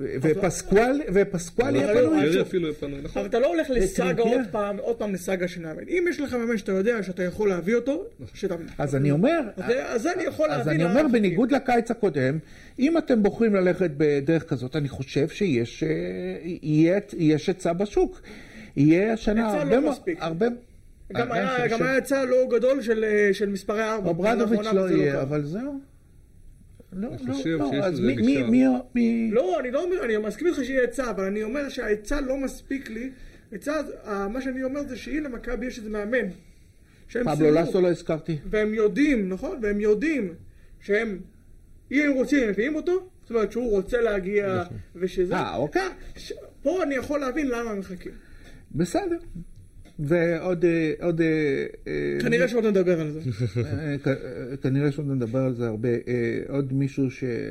ופסקואל, ופסקואל יהיה פנוי.
אפילו יהיה פנוי, נכון.
אבל אתה לא הולך לסאגה עוד פעם, עוד פעם לסאגה שנאמן. אם יש לך מאמן שאתה יודע שאתה יכול להביא אותו, שאתה...
אז אני אומר...
אז אני יכול להביא...
אז אני אומר, בניגוד לקיץ הקודם, אם אתם בוחרים ללכת בדרך כזאת, אני חושב שיש היצע בשוק. יהיה השנה הרבה...
גם היה היצע לא גדול של מספרי ארבע.
אוברדוביץ' לא יהיה, אבל זהו. לא, לא, לא, אז מי, מי, מי, מי...
לא, אני לא אומר, אני מסכים איתך שיהיה היצע, אבל אני אומר שההיצע לא מספיק לי. היצע, מה שאני אומר זה שהנה מכבי יש איזה מאמן.
פבלו לסו לא הזכרתי.
והם יודעים, נכון? והם יודעים שהם, אם הם רוצים, הם מביאים אותו, זאת אומרת שהוא רוצה להגיע ושזה.
אה, אוקיי.
פה אני יכול להבין למה הם מחכים.
בסדר. ועוד... עוד
כנראה שעוד נדבר על זה.
כנראה שעוד נדבר על זה הרבה. עוד מישהו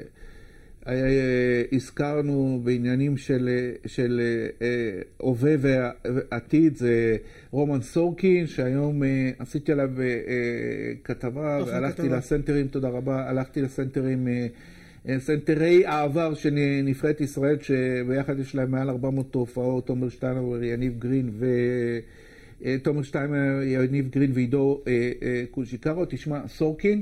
שהזכרנו בעניינים של הווה ועתיד זה רומן סורקין, שהיום עשיתי עליו כתבה והלכתי לסנטרים, תודה רבה, הלכתי לסנטרים, סנטרי העבר של נבחרת ישראל, שביחד יש להם מעל ארבע מאות תופעות, תומר שטיינר, יניב גרין ו... תומר שטיינר, יניב גרין ועידו קוז'יקרו. תשמע, סורקין,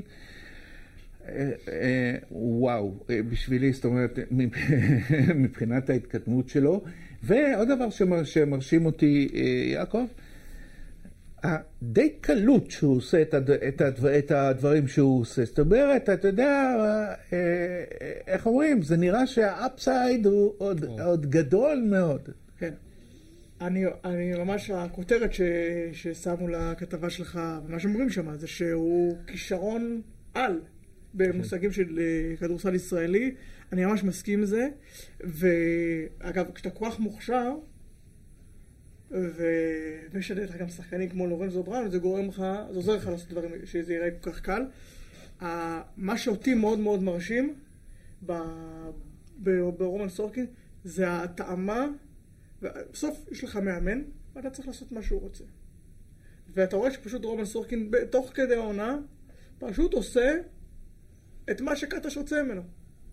וואו, בשבילי, זאת אומרת, מבחינת ההתקדמות שלו. ועוד דבר שמרשים אותי, יעקב, די קלות שהוא עושה את הדברים שהוא עושה. זאת אומרת, אתה יודע, איך אומרים, זה נראה שהאפסייד הוא עוד גדול מאוד.
כן. אני, אני ממש, הכותרת ש, ששמו לכתבה שלך, ומה שאומרים שם, זה שהוא כישרון על במושגים של כדורסל ישראלי. אני ממש מסכים עם זה. ואגב, כשאתה כוח מוכשר, ומשנה לך גם שחקנים כמו לורנזו בראון, זה גורם לך, זה עוזר לך לעשות דברים שזה יראה כל כך קל. מה שאותי מאוד מאוד מרשים ברומן סורקין, זה הטעמה, בסוף יש לך מאמן, ואתה צריך לעשות מה שהוא רוצה. ואתה רואה שפשוט רומן סורקין, תוך כדי העונה, פשוט עושה את מה שקטש רוצה ממנו.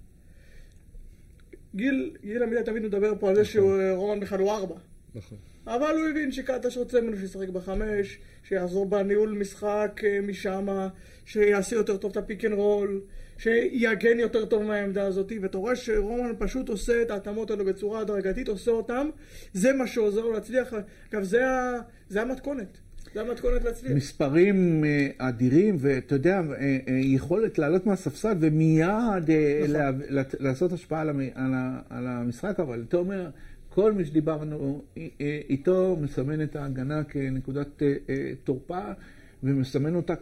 גיל, גיל עמידי תמיד מדבר פה על זה שרומן בכלל הוא ארבע.
נכון.
אבל הוא הבין שקטש רוצה ממנו שישחק בחמש, שיעזור בניהול משחק משם, שיעשה יותר טוב את הפיק אנד רול, שיגן יותר טוב מהעמדה הזאת, ואתה רואה שרומן פשוט עושה את ההתאמות האלו בצורה הדרגתית, עושה אותם, זה מה שעוזר לו להצליח. אגב, זה, זה המתכונת. זה המתכונת להצליח.
מספרים אדירים, ואתה יודע, יכולת לעלות מהספסל ומיד נכון. לעשות השפעה על המשחק, אבל אתה אומר, כל מי שדיברנו איתו מסמן את ההגנה כנקודת תורפה, ומסמן אותה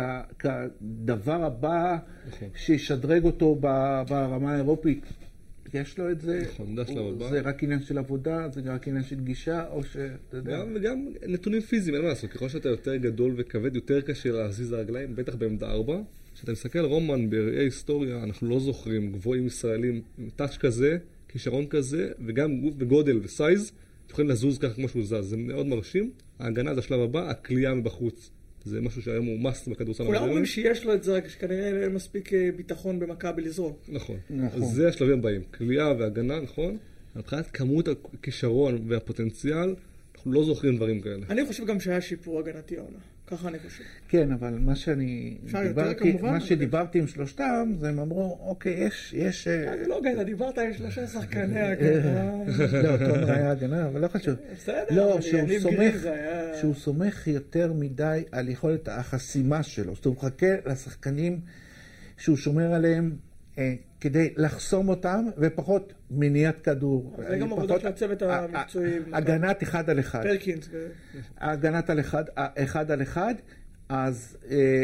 כדבר הבא שישדרג אותו ברמה האירופית. יש לו את זה, זה רק עניין של עבודה, זה רק עניין של גישה, או שאתה יודע.
וגם נתונים פיזיים, אין מה לעשות, ככל שאתה יותר גדול וכבד, יותר קשה להזיז הרגליים, בטח בעמדה ארבע. כשאתה מסתכל על רומן בראי היסטוריה, אנחנו לא זוכרים גבוהים ישראלים עם טאץ' כזה, כישרון כזה, וגם גוף וגודל וסייז, יכולים לזוז ככה כמו שהוא זז. זה מאוד מרשים. ההגנה זה השלב הבא, הקליעה מבחוץ. זה משהו שהיום הוא מאסט בכדורסל.
כולם אומרים שיש לו את זה, שכנראה אין מספיק ביטחון במכבי לזרוק.
נכון. זה השלבים הבאים. קליעה והגנה, נכון? מבחינת כמות הכישרון והפוטנציאל, אנחנו לא זוכרים דברים כאלה.
אני חושב גם שהיה שיפור הגנתי העונה. ככה אני חושב.
כן, אבל מה שאני דיברתי, מה שדיברתי עם שלושתם, זה הם אמרו, אוקיי, יש, יש...
אני לא יודע, דיברת עם שלושה שחקני הגנה.
לא, תומר היה הגנה, אבל לא חשוב.
בסדר,
לא, שהוא סומך יותר מדי על יכולת החסימה שלו. זאת אומרת, הוא מחכה לשחקנים שהוא שומר עליהם כדי לחסום אותם, ופחות מניעת כדור.
זה גם עבודה של הצוות המקצועי.
הגנת אחד על אחד.
פרקינס.
הגנת על אחד על אחד, אז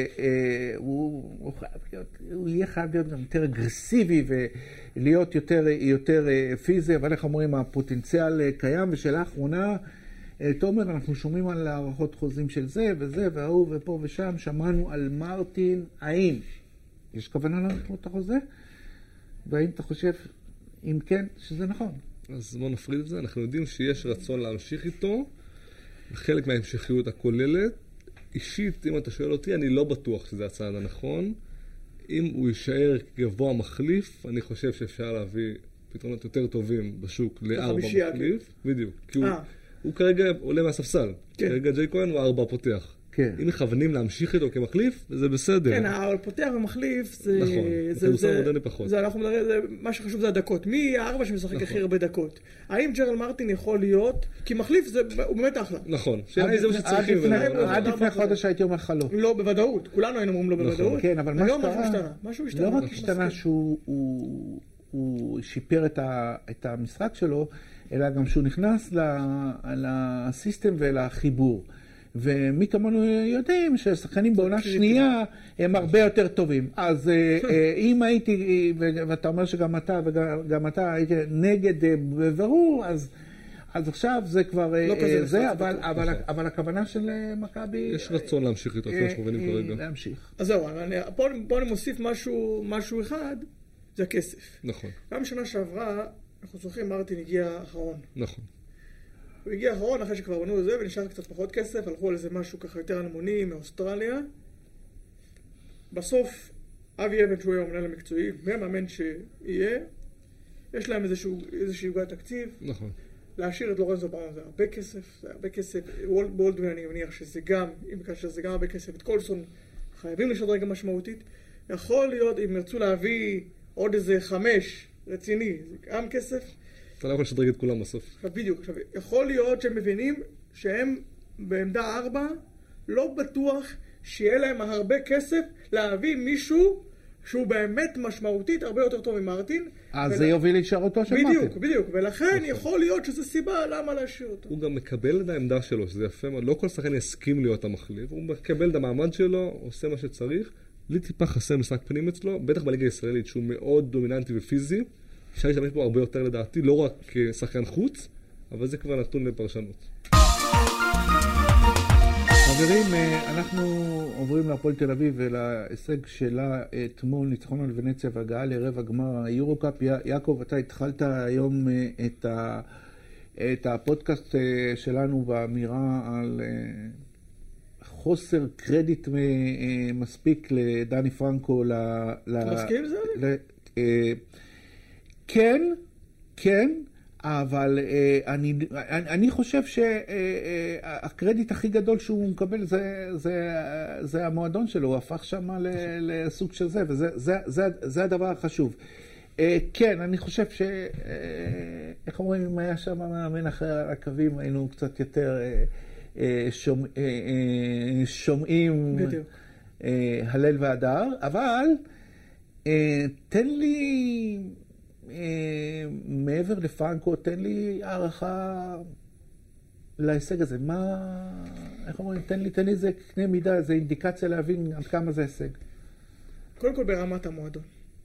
הוא יהיה חייב להיות גם יותר אגרסיבי, ולהיות יותר פיזי, אבל איך אומרים, הפוטנציאל קיים. ושאלה האחרונה, תומר, אנחנו שומעים על הערכות חוזים של זה וזה, והוא ופה ושם, שמענו על מרטין. האם יש כוונה לערכות החוזה? והאם אתה חושב, אם כן, שזה נכון?
אז בוא נפריד את זה. אנחנו יודעים שיש רצון להמשיך איתו, חלק מההמשכיות הכוללת. אישית, אם אתה שואל אותי, אני לא בטוח שזה הצעד הנכון. אם הוא יישאר גבוה מחליף, אני חושב שאפשר להביא פתרונות יותר טובים בשוק לארבע מחליף, בדיוק, כי הוא כרגע עולה מהספסל, כרגע ג'יי כהן הוא ארבע פותח. אם מכוונים להמשיך איתו כמחליף, זה בסדר.
כן, אבל פותח ומחליף, זה...
נכון, זה מוסר מודרני פחות.
אנחנו מדברים, מה שחשוב זה הדקות. מי הארבע שמשחק הכי הרבה דקות? האם ג'רל מרטין יכול להיות, כי מחליף הוא באמת אחלה.
נכון, שאלה זה מה שצריכים.
עד לפני חודש הייתי אומר לך לא.
לא, בוודאות. כולנו היינו אומרים לא בוודאות.
כן, אבל מה
שקרה,
לא רק השתנה שהוא שיפר את המשחק שלו, אלא גם שהוא נכנס לסיסטם ולחיבור. ומי כמונו יודעים ששחקנים בעונה שנייה הם הרבה יותר טובים. אז אם הייתי, ואתה אומר שגם אתה וגם אתה הייתי נגד בברור, אז אז עכשיו זה כבר זה, אבל הכוונה של מכבי...
יש רצון להמשיך איתו, כמו שמובנים כרגע.
להמשיך.
אז זהו, פה אני מוסיף משהו אחד, זה הכסף.
נכון.
גם שנה שעברה, אנחנו זוכרים, מרטין הגיע אחרון.
נכון.
הוא הגיע אחרון אחרי שכבר בנו את זה, ונשאר קצת פחות כסף, הלכו על איזה משהו ככה יותר אלמוני מאוסטרליה. בסוף, אבי אבן, שהוא היה המנהל המקצועי, והמאמן שיהיה, יש להם איזשהו, איזשהו גאי תקציב.
נכון.
להשאיר את לורנזו באום זה הרבה כסף, זה הרבה כסף. בולדווין אני מניח שזה גם, אם כאשר זה גם הרבה כסף, את קולסון חייבים לשדרג רגע משמעותית. יכול להיות, אם ירצו להביא עוד איזה חמש רציני, זה גם כסף.
אתה לא יכול לשדרג את כולם בסוף.
עכשיו בדיוק, עכשיו, יכול להיות שהם מבינים שהם בעמדה ארבע, לא בטוח שיהיה להם הרבה כסף להביא מישהו שהוא באמת משמעותית הרבה יותר טוב ממרטין.
אז זה יוביל להישאר אותו של מרטין.
בדיוק, בדיוק, ולכן יכול להיות שזו סיבה למה להשאיר אותו.
הוא גם מקבל את העמדה שלו, שזה יפה מאוד, לא כל שחקן יסכים להיות המחליף, הוא מקבל את המעמד שלו, עושה מה שצריך, לי טיפה חסר משחק פנים אצלו, בטח בליגה הישראלית שהוא מאוד דומיננטי ופיזי, אפשר להשתמש בו הרבה יותר לדעתי, לא רק כשחקן חוץ, אבל זה כבר נתון לפרשנות.
חברים, אנחנו עוברים להפועל תל אביב ולהישג שלה אתמול, ניצחון על ונציה והגעה לרבע גמר היורו-קאפ. יעקב, אתה התחלת היום את, ה, את הפודקאסט שלנו באמירה על חוסר קרדיט מספיק לדני פרנקו.
אתה מסכים עם זה?
כן, כן. אבל אה, אני, אני, אני חושב שהקרדיט הכי גדול שהוא מקבל זה, זה, זה המועדון שלו, הוא הפך שם לסוג של זה, וזה זה, זה, זה הדבר החשוב. אה, כן, אני חושב ש... אה, איך אומרים, אם היה שם מאמן אחרי הקווים, היינו קצת יותר אה, אה, שומע, אה, אה, שומעים אה, הלל והדר, אבל אה, תן לי... מעבר לפרנקו, תן לי הערכה להישג הזה. מה, איך אומרים, תן לי, תן לי איזה קנה מידה, איזה אינדיקציה להבין עד כמה זה הישג.
קודם כל ברמת המועדון.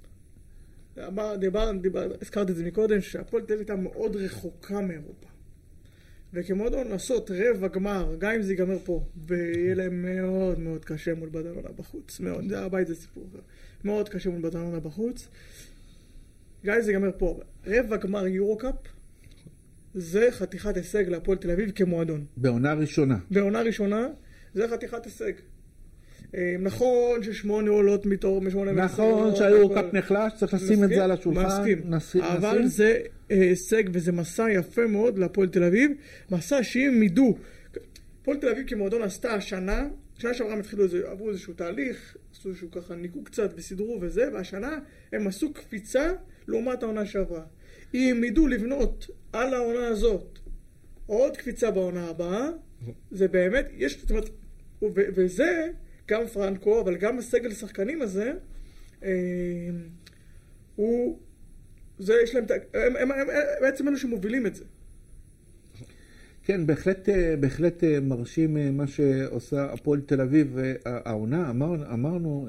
דיבר, דיבר, הזכרתי את זה מקודם, שהפועל תל אביב הייתה מאוד רחוקה מאירופה. וכמועדון לעשות רבע גמר, גם אם זה ייגמר פה, ויהיה להם מאוד מאוד קשה מול בדרונה בחוץ. מאוד, זה הבית זה סיפור. מאוד קשה מול בדרונה בחוץ. גם אם זה ייגמר פה, רבע גמר יורו-קאפ, זה חתיכת הישג להפועל תל אביב כמועדון.
בעונה ראשונה.
בעונה ראשונה, זה חתיכת הישג. נכון ששמונה עולות מתור, משמונה...
נכון שהיורו-קאפ נחלש, צריך לשים את זה על השולחן.
מסכים, אבל זה הישג וזה מסע יפה מאוד להפועל תל אביב, מסע שהם ידעו. הפועל תל אביב כמועדון עשתה השנה, שנה שעברה הם התחילו, עברו איזשהו תהליך, עשו איזשהו ככה ניקו קצת וסידרו וזה, והשנה הם עשו קפיצה לעומת העונה שעברה. אם ידעו לבנות על העונה הזאת עוד קפיצה בעונה הבאה, זה באמת, יש, זאת אומרת, וזה גם פרנקו, אבל גם הסגל השחקנים הזה, הוא, זה יש להם, הם, הם, הם, בעצם אלו שמובילים את זה.
כן, בהחלט, בהחלט מרשים מה שעושה הפועל תל אביב העונה. אמר, אמרנו,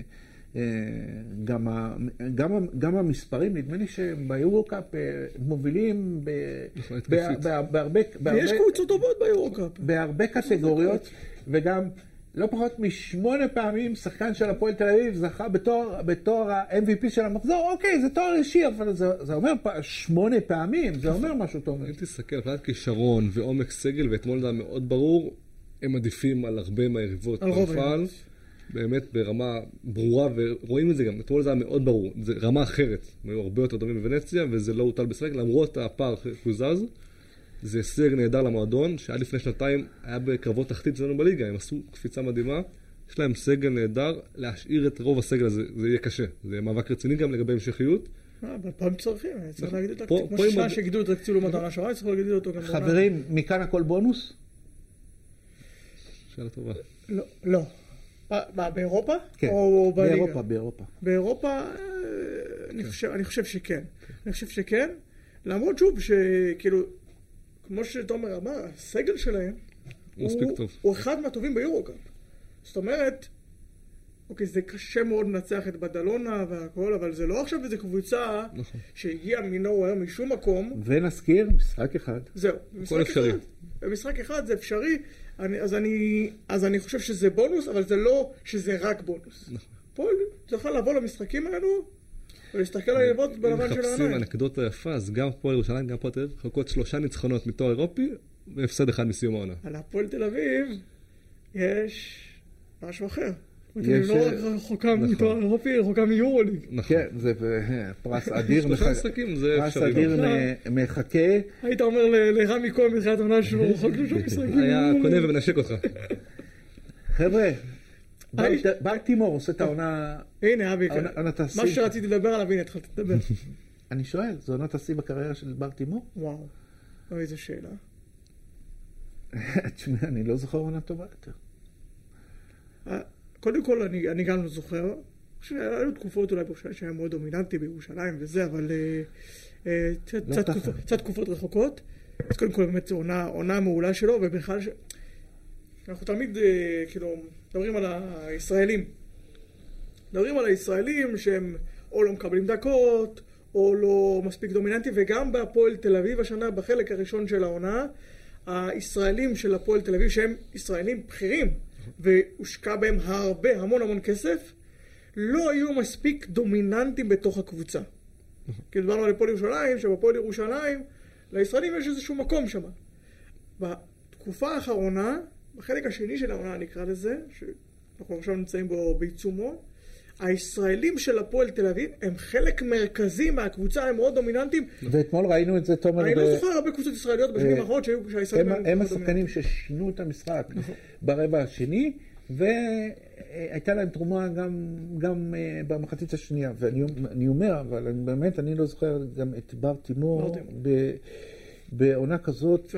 גם, גם, גם המספרים, נדמה לי שביורו-קאפ מובילים בהרבה...
ויש קבוצות טובות ביורו-קאפ.
בהרבה קטגוריות, וגם לא פחות משמונה פעמים שחקן של הפועל תל אביב זכה בתואר, בתואר ה-אם וי פי של המחזור. אוקיי, זה תואר אישי, אבל זה, זה אומר שמונה פעמים, זה אומר משהו טוב.
אם תסתכל, מבחינת כישרון ועומק סגל, ואתמול זה מאוד ברור, הם עדיפים על הרבה מהיריבות.
על רוב
היריבות. באמת ברמה ברורה, ורואים את זה גם, אתמול זה היה מאוד ברור, זה רמה אחרת, הם היו הרבה יותר דומים בוונציה, וזה לא הוטל בספק, למרות הפער קוזז, זה הישג נהדר למועדון, שעד לפני שנתיים היה בקרבות תחתית שלנו בליגה, הם עשו קפיצה מדהימה, יש להם סגל נהדר, להשאיר את רוב הסגל הזה, זה יהיה קשה, זה יהיה מאבק רציני גם לגבי המשכיות.
אבל פעם צריכים, צריך להגיד את התקציב, כמו ששעה שהגדילו את התקציב לעומת העונה שעברה, צריך להגיד אותו גם.
חברים, מכאן הכל בונוס?
שאלה טובה.
לא, לא. מה, באירופה?
כן, באירופה, באירופה.
באירופה, אני חושב שכן. אני חושב שכן, למרות שוב, שכאילו, כמו שתומר אמר, הסגל שלהם, הוא אחד מהטובים ביורוקאפ. זאת אומרת, אוקיי, זה קשה מאוד לנצח את בדלונה והכל, אבל זה לא עכשיו איזו קבוצה שהגיעה מנוהוור משום מקום.
ונזכיר, משחק אחד.
זהו,
כל אפשרי.
במשחק אחד זה אפשרי, אז אני, אז אני חושב שזה בונוס, אבל זה לא שזה רק בונוס. פה צריכה לבוא למשחקים האלו, ולהסתכל על הלוות בלבן של העיניים.
מחפשים אנקדוטה יפה, אז גם פה ירושלים, גם פה תל אביב, חלקות שלושה ניצחונות מתואר אירופי, והפסד אחד מסיום העונה.
על הפועל תל אביב יש משהו אחר. היא לא רק רחוקה מתואר אירופי, רחוקה מיורוליג.
כן, זה פרס אדיר.
שלושה משחקים זה אפשרי.
פרס אדיר מחכה.
היית אומר לרמי כהן בתחילת העונה שהוא רחוק שלושה משחקים.
היה קונה ומנשק אותך.
חבר'ה, בלטימור עושה את העונה...
הנה, אבי, מה שרציתי לדבר עליו, הנה, התחלתי לדבר.
אני שואל, זו עונת השיא בקריירה של בלטימור?
וואו, איזו שאלה.
תשמע, אני לא זוכר עונה טובה יותר.
קודם כל, אני, אני גם לא זוכר, שהיו תקופות אולי בירושלים שהיה מאוד דומיננטי בירושלים וזה, אבל קצת תקופות רחוקות. אז קודם כל, באמת, זו עונה, עונה מעולה שלו, ובכלל ש... אנחנו תמיד, כאילו, מדברים על הישראלים. מדברים על הישראלים שהם או לא מקבלים דקות, או לא מספיק דומיננטי, וגם בהפועל תל אביב השנה, בחלק הראשון של העונה, הישראלים של הפועל תל אביב, שהם ישראלים בכירים, והושקע בהם הרבה, המון המון כסף, לא היו מספיק דומיננטים בתוך הקבוצה. כי דברנו על הפועל ירושלים, שבפועל ירושלים, לישראלים יש איזשהו מקום שם. בתקופה האחרונה, בחלק השני של העונה נקרא לזה, שאנחנו עכשיו נמצאים בו בעיצומו, הישראלים של הפועל תל אביב הם חלק מרכזי מהקבוצה, הם מאוד דומיננטים.
ואתמול ראינו את זה, תומר...
אני לא זוכר הרבה קבוצות ישראליות בשנים האחרונות שהישראלים
הם... הם השחקנים ששינו את המשחק ברבע השני, והייתה להם תרומה גם, גם במחצית השנייה. ואני אומר, אבל באמת אני לא זוכר גם את בר תימור בעונה כזאת,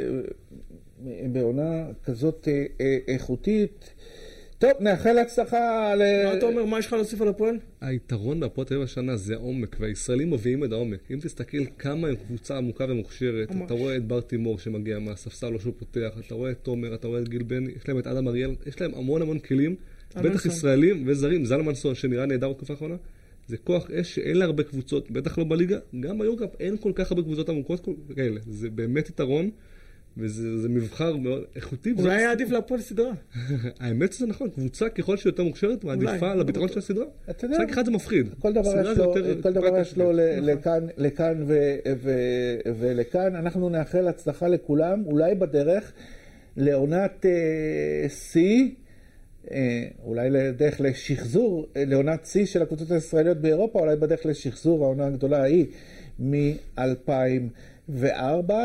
בעונה כזאת איכותית. טוב, נאחל הצלחה ל...
מה אתה אומר, מה יש לך להוסיף על הפועל?
היתרון בהפועל תל אביב השנה זה העומק, והישראלים מביאים את העומק. אם תסתכל כמה הם קבוצה עמוקה ומוכשרת, אתה רואה את בר תימור שמגיע מהספסל או שהוא פותח, אתה רואה את תומר, אתה רואה את גיל בני, יש להם את אדם אריאל, יש להם המון המון כלים, בטח ישראלים וזרים, זלמנסון שנראה נהדר בתקופה האחרונה, זה כוח אש שאין לה הרבה קבוצות, בטח לא בליגה, גם ביורקאפ אין כל כך הרבה קבוצות עמוקות כאלה, זה באמת יתרון. וזה מבחר מאוד איכותי.
אולי היה עדיף להפועל סדרה.
האמת שזה נכון, קבוצה ככל שיותר מוכשרת מעדיפה לביטרון של הסדרה. משחק אחד זה מפחיד.
כל דבר יש לו לכאן ולכאן. אנחנו נאחל הצלחה לכולם, אולי בדרך לעונת סי, אולי בדרך לשחזור, לעונת סי של הקבוצות הישראליות באירופה, אולי בדרך לשחזור העונה הגדולה ההיא מ-אלפיים וארבע.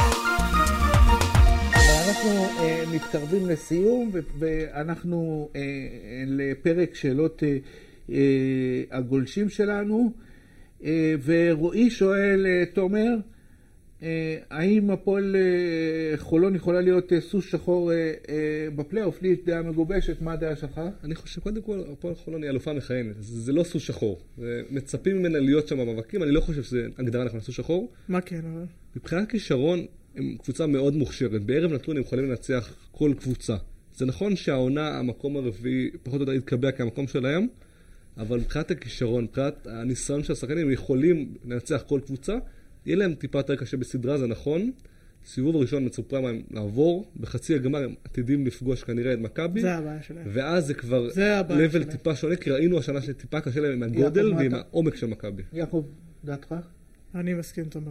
אנחנו uh, מתקרבים לסיום, ואנחנו uh, לפרק שאלות uh, uh, הגולשים שלנו, uh, ורועי שואל, uh, תומר, uh, האם הפועל uh, חולון יכולה להיות uh, סוס שחור uh, uh, בפלייאוף? לי יש דעה מגובשת, מה הדעה שלך?
אני חושב, קודם כל, הפועל חולון היא אלופה מכהנת, זה, זה לא סוס שחור, מצפים ממנה להיות שם במאבקים, אני לא חושב שזה הגדרה נכון סוס שחור.
מה כן, אבל?
מבחינת כישרון, הם קבוצה מאוד מוכשרת. בערב נתון הם יכולים לנצח כל קבוצה. זה נכון שהעונה, המקום הרביעי, פחות או יותר יתקבע כמקום שלהם, אבל מבחינת הכישרון, מבחינת הניסיון של השחקנים, הם יכולים לנצח כל קבוצה. יהיה להם טיפה יותר קשה בסדרה, זה נכון. סיבוב הראשון מצופה מהם לעבור. בחצי הגמר הם עתידים לפגוש כנראה את מכבי.
זה הבעיה שלהם.
ואז זה כבר לבל טיפה שונה, כי ראינו השנה שטיפה קשה להם עם הגודל ועם העומק של מכבי.
יעקב, דעתך?
אני מסכים, תומר.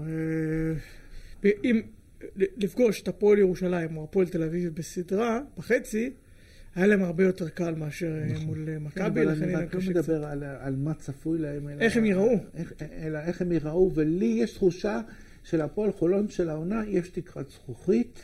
אם לפגוש את הפועל ירושלים או הפועל תל אביב בסדרה, בחצי, היה להם הרבה יותר קל מאשר מול מכבי.
אבל אני רק לא מדבר על מה צפוי להם.
איך הם ייראו.
אלא איך הם ייראו, ולי יש תחושה של הפועל חולון של העונה, יש תקרת זכוכית,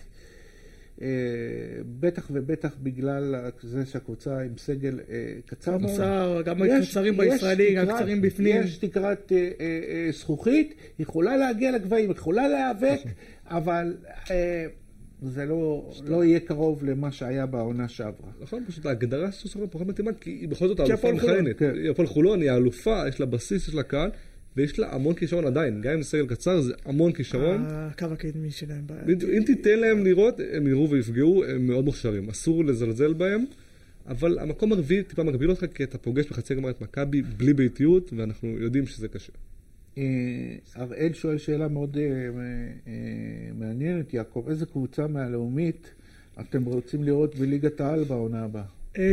בטח ובטח בגלל זה שהקבוצה עם סגל קצר מאוד.
קצר, גם קצרים בישראלי, גם קצרים בפנים.
יש תקרת זכוכית, יכולה להגיע לגבהים, יכולה להיאבק, אבל זה לא יהיה קרוב למה שהיה בעונה שעברה.
נכון, פשוט ההגדרה של סופר פחות מתאימה, כי היא בכל זאת האלופה מכהנת. הפועל חולון היא האלופה, יש לה בסיס, יש לה קהל, ויש לה המון כישרון עדיין, גם אם סגל קצר זה המון כישרון.
הקו הקדמי שלהם.
אם תיתן להם לראות, הם יראו ויפגעו, הם מאוד מוכשרים. אסור לזלזל בהם, אבל המקום הרביעי טיפה מגביל אותך, כי אתה פוגש בחצי גמר את מכבי בלי ביתיות, ואנחנו יודעים שזה קשה.
הראל שואל שאלה מאוד מעניינת, יעקב, איזה קבוצה מהלאומית אתם רוצים לראות בליגת העל בעונה הבאה?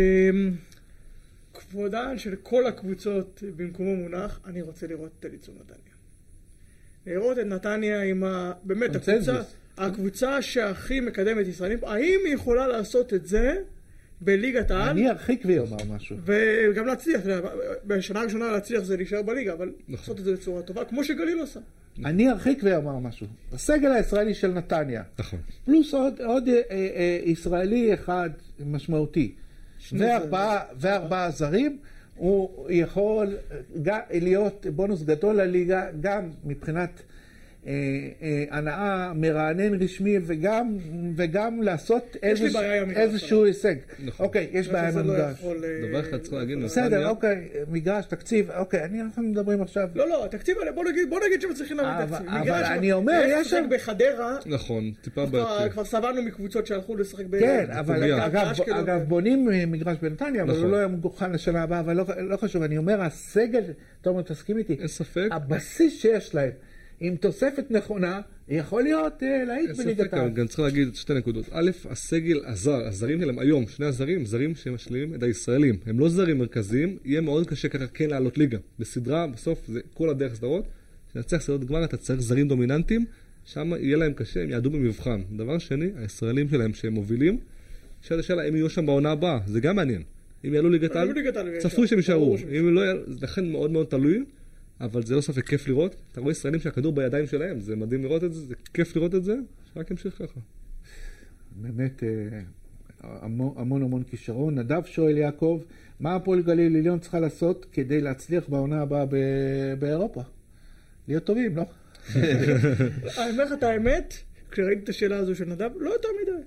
כבודן של כל הקבוצות במקומו מונח, אני רוצה לראות את אליצור נתניה. לראות את נתניה עם ה... באמת, הקבוצה, הקבוצה שהכי מקדמת ישראלים, האם היא יכולה לעשות את זה בליגת העל?
אני ארחיק ויאמר משהו.
וגם להצליח, בשנה הראשונה להצליח זה להישאר בליגה, אבל לעשות את זה בצורה טובה, כמו שגליל עושה.
אני ארחיק ויאמר משהו. הסגל הישראלי של נתניה, פלוס עוד, עוד אה, אה, ישראלי אחד משמעותי, וארבעה, וארבעה זרים, הוא יכול גם להיות בונוס גדול לליגה, גם מבחינת אה, אה, הנאה מרענן רשמי, וגם, וגם לעשות איזוש, איזשהו הישג.
נכון.
אוקיי, יש בעיה מגרש.
דבר אחד צריך להגיד.
בסדר, אוקיי, מגרש, תקציב, אוקיי, אני אנחנו מדברים עכשיו.
לא, לא, התקציב האלה, בוא נגיד, בוא נגיד שמצליחים להביא תקציב.
אבל אני אומר, יש שם...
בחדרה,
נכון, טיפה בעצם.
כבר סבלנו מקבוצות שהלכו לשחק ב...
כן, אבל אגב, בונים מגרש בנתניה, אבל הוא לא היה מוכן לשנה הבאה, אבל לא חשוב, אני אומר, הסגל, תומר, תסכים איתי,
אין ספק.
הבסיס שיש להם, עם תוספת נכונה, יכול להיות להיט בליגת העל.
גם צריך להגיד שתי נקודות. א', הסגל הזר, הזרים שלהם היום, שני הזרים, זרים שמשלימים את הישראלים. הם לא זרים מרכזיים, יהיה מאוד קשה ככה כן לעלות ליגה. בסדרה, בסוף, זה כל הדרך סדרות. כשנצליח סדרות גמר, אתה צריך זרים דומיננטיים, שם יהיה להם קשה, הם יעדו במבחן. דבר שני, הישראלים שלהם שהם מובילים, שאלה שאלה, הם יהיו שם בעונה הבאה, זה גם מעניין. אם יעלו ליגת העל, צפוי שהם יישארו. אם לא יעלו, לכן מאוד מאוד תלוי. אבל זה לא ספק כיף לראות. אתה רואה ישראלים שהכדור בידיים שלהם, זה מדהים לראות את זה, זה כיף לראות את זה, שרק ימשיך ככה.
באמת המון המון, המון כישרון. נדב שואל יעקב, מה הפועל גליל עליון צריכה לעשות כדי להצליח בעונה הבאה באירופה? להיות טובים, לא?
אני אומר לך את האמת, כשראיתי את השאלה הזו של נדב, לא יותר מדי.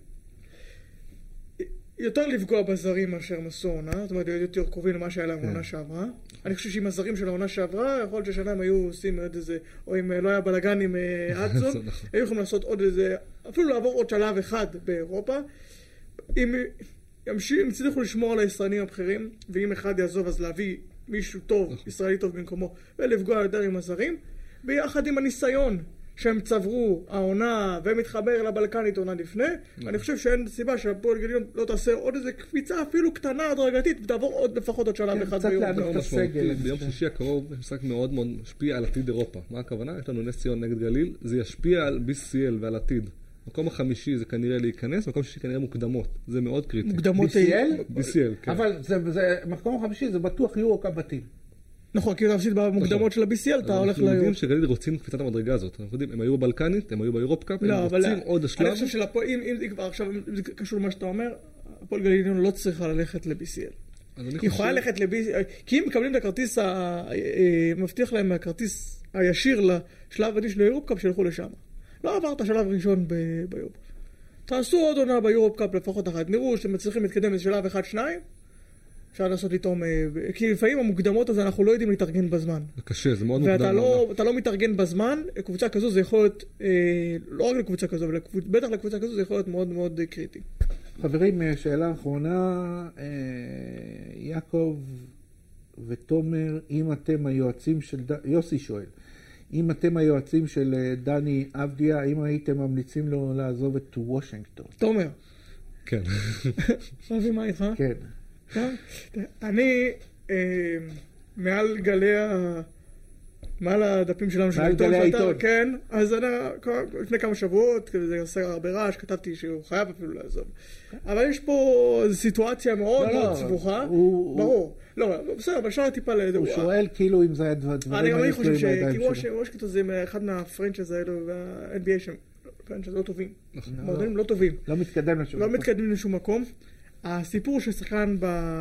יותר לפגוע בזרים מאשר מסורנה, זאת אומרת, יותר קרובים למה שהיה להם בעונה שעברה. אני חושב שעם הזרים של העונה שעברה, יכול להיות ששנה הם היו עושים עוד איזה, או אם לא היה בלגן עם אדסון, היו יכולים לעשות עוד איזה, אפילו לעבור עוד שלב אחד באירופה. אם הצליחו לשמור על הישראלים הבכירים, ואם אחד יעזוב אז להביא מישהו טוב, ישראלי טוב במקומו, ולפגוע יותר עם הזרים, ביחד עם הניסיון שהם צברו העונה ומתחבר לבלקנית עונה לפני, אני חושב שאין סיבה שהפועל גליל לא תעשה עוד איזה קפיצה אפילו קטנה הדרגתית ותעבור עוד לפחות עוד שלב אחד ביום.
ביום שישי הקרוב משחק מאוד מאוד משפיע על עתיד אירופה. מה הכוונה? יש לנו נס ציון נגד גליל, זה ישפיע על בי סי אל ועל עתיד. מקום החמישי זה כנראה להיכנס, מקום שישי כנראה מוקדמות. זה מאוד קריטי.
מוקדמות
בי סי אל?
בי סי אל, כן.
אבל מקום החמישי זה בטוח יורו-קאפ בתים.
נכון, כי אתה מפסיד במוקדמות של ה-בי סי אל, אתה הולך ליורופ.
אנחנו יודעים שגליל רוצים קפיצת המדרגה הזאת. אנחנו יודעים, הם היו בבלקנית, הם היו באירופ-קאפ, הם רוצים עוד השלב.
אני חושב שאם זה כבר עכשיו, זה קשור למה שאתה אומר, הפועל גליל לא צריכה ללכת ל-בי סי אל. היא יכולה ללכת ל-בי סי אל, כי אם מקבלים את הכרטיס, מבטיח להם הכרטיס הישיר לשלב עדי של האירופ-קאפ, שילכו לשם. לא עברת שלב ראשון ביורופ. תעשו עוד עונה ביורופ-קאפ לפחות אחת. נראו שאתם מצליחים להתקדם לשלב אחד, שניים. אפשר לעשות איתום, כי לפעמים המוקדמות הזה אנחנו לא יודעים להתארגן בזמן.
זה קשה, זה מאוד מוקדם.
ואתה לא, אתה לא מתארגן בזמן, קבוצה כזו זה יכול להיות, לא רק לקבוצה כזו, אבל בטח לקבוצה כזו זה יכול להיות מאוד מאוד קריטי.
חברים, שאלה אחרונה, יעקב ותומר, אם אתם היועצים של, יוסי שואל, אם אתם היועצים של דני אבדיה, האם הייתם ממליצים לו לעזוב את וושינגטון?
תומר.
כן.
אבי, מה איתך?
כן.
אני, מעל גלי מעל הדפים שלנו של
העיתון שאתה,
כן, אז אני, לפני כמה שבועות, זה עושה הרבה רעש, כתבתי שהוא חייב אפילו לעזוב. אבל יש פה סיטואציה מאוד
לא,
מאוד
לא,
סבוכה,
הוא,
ברור.
הוא,
לא, בסדר, אבל אפשר טיפה לדבר.
הוא שואל כאילו אם זה היה דברים...
אני גם אני חושב שוושינגטון זה אחד מהפרנצ'ייז האלו, וה-אן בי איי שהם פרנצ'ייז לא טובים. מועדונים לא טובים.
לא מתקדם לשום
לא
מקום.
מתקדמים לשום מקום. הסיפור ששחקן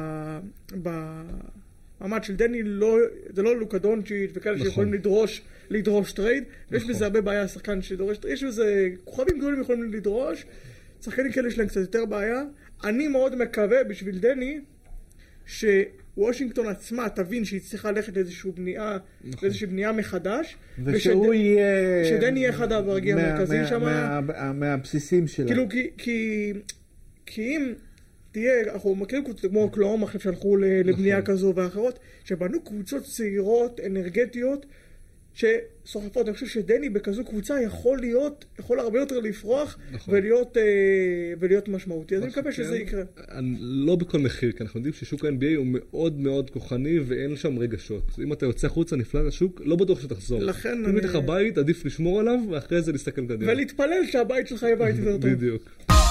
במעמד של דני, זה לא לוקה דונצ'יץ' וכאלה שיכולים לדרוש, לדרוש טרייד, ויש בזה הרבה בעיה, שחקן שדורש טרייד, יש בזה, כוכבים גדולים יכולים לדרוש, שחקנים כאלה יש להם קצת יותר בעיה. אני מאוד מקווה בשביל דני, שוושינגטון עצמה תבין שהיא צריכה ללכת לאיזושהי בנייה, לאיזושהי בנייה מחדש,
ושהוא יהיה...
שדני יהיה אחד הדרגים המרכזיים שם.
מהבסיסים שלה.
כאילו, כי אם... תהיה, אנחנו מכירים קבוצות כמו אוקלהומה עכשיו שהלכו לבנייה כזו ואחרות, שבנו קבוצות צעירות, אנרגטיות, שסוחפות. אני חושב שדני בכזו קבוצה יכול להיות, יכול הרבה יותר לפרוח ולהיות, ולהיות משמעותי. אז אני מקווה שזה יקרה.
לא בכל מחיר, כי אנחנו יודעים ששוק ה-אן בי איי הוא מאוד מאוד כוחני ואין שם רגשות. אם אתה יוצא חוצה נפלא לשוק, לא בטוח שתחזור.
לכן
אם יש לך בית, עדיף לשמור עליו ואחרי זה להסתכל קדימה.
ולהתפלל שהבית שלך יהיה בית יותר טוב.
בדיוק.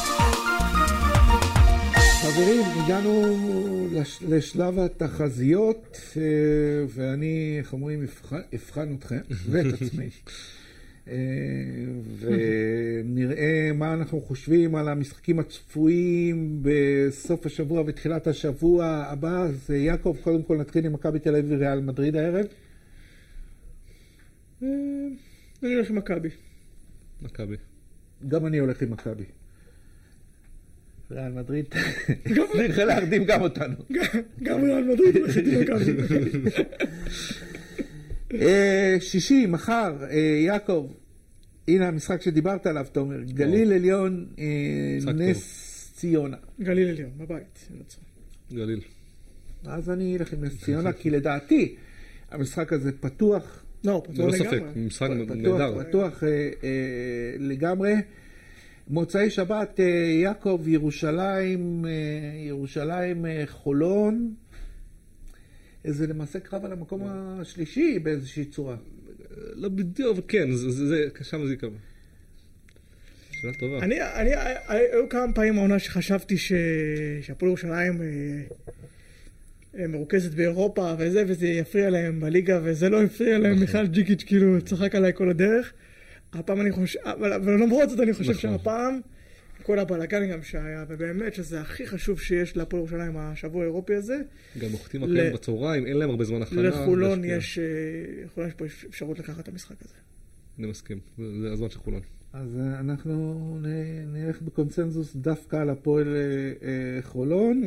חברים, הגענו לשלב התחזיות, ואני, איך אומרים, אבחן אתכם ואת עצמי. ונראה מה אנחנו חושבים על המשחקים הצפויים בסוף השבוע ותחילת השבוע הבא. אז יעקב, קודם כל נתחיל עם מכבי תל אביב וריאל מדריד הערב.
אני הולך עם מכבי.
מכבי.
גם אני הולך עם מכבי. ריאל מדריד, צריך להרדים גם אותנו.
גם ריאל מדריד הולכת עם מכבי.
שישי, מחר, יעקב, הנה המשחק שדיברת עליו, תומר, גליל עליון, נס ציונה.
גליל עליון, בבית.
גליל.
אז אני אלך עם נס ציונה, כי לדעתי המשחק הזה פתוח.
לא, פתוח לגמרי.
משחק נהדר.
פתוח לגמרי. מוצאי שבת, יעקב, ירושלים, ירושלים, חולון. זה למעשה קרב על המקום השלישי באיזושהי צורה.
לא בדיוק, אבל כן, שם זה יקרה. שאלה טובה.
אני, אני, היו כמה פעמים העונה שחשבתי שהפועל ירושלים מרוכזת באירופה וזה, וזה יפריע להם בליגה, וזה לא יפריע להם. מיכל ג'יקיץ' כאילו צחק עליי כל הדרך. הפעם אני חושב, אבל למרות זאת אני חושב שהפעם, כל הבלגן גם שהיה, ובאמת שזה הכי חשוב שיש להפועל ירושלים השבוע האירופי הזה.
גם מוחתים הקיים בצהריים, אין להם הרבה זמן הכנה.
לחולון יש, לחולון יש פה אפשרות לקחת את המשחק הזה.
אני מסכים, זה הזמן של חולון.
אז אנחנו נלך בקונסנזוס דווקא על הפועל חולון,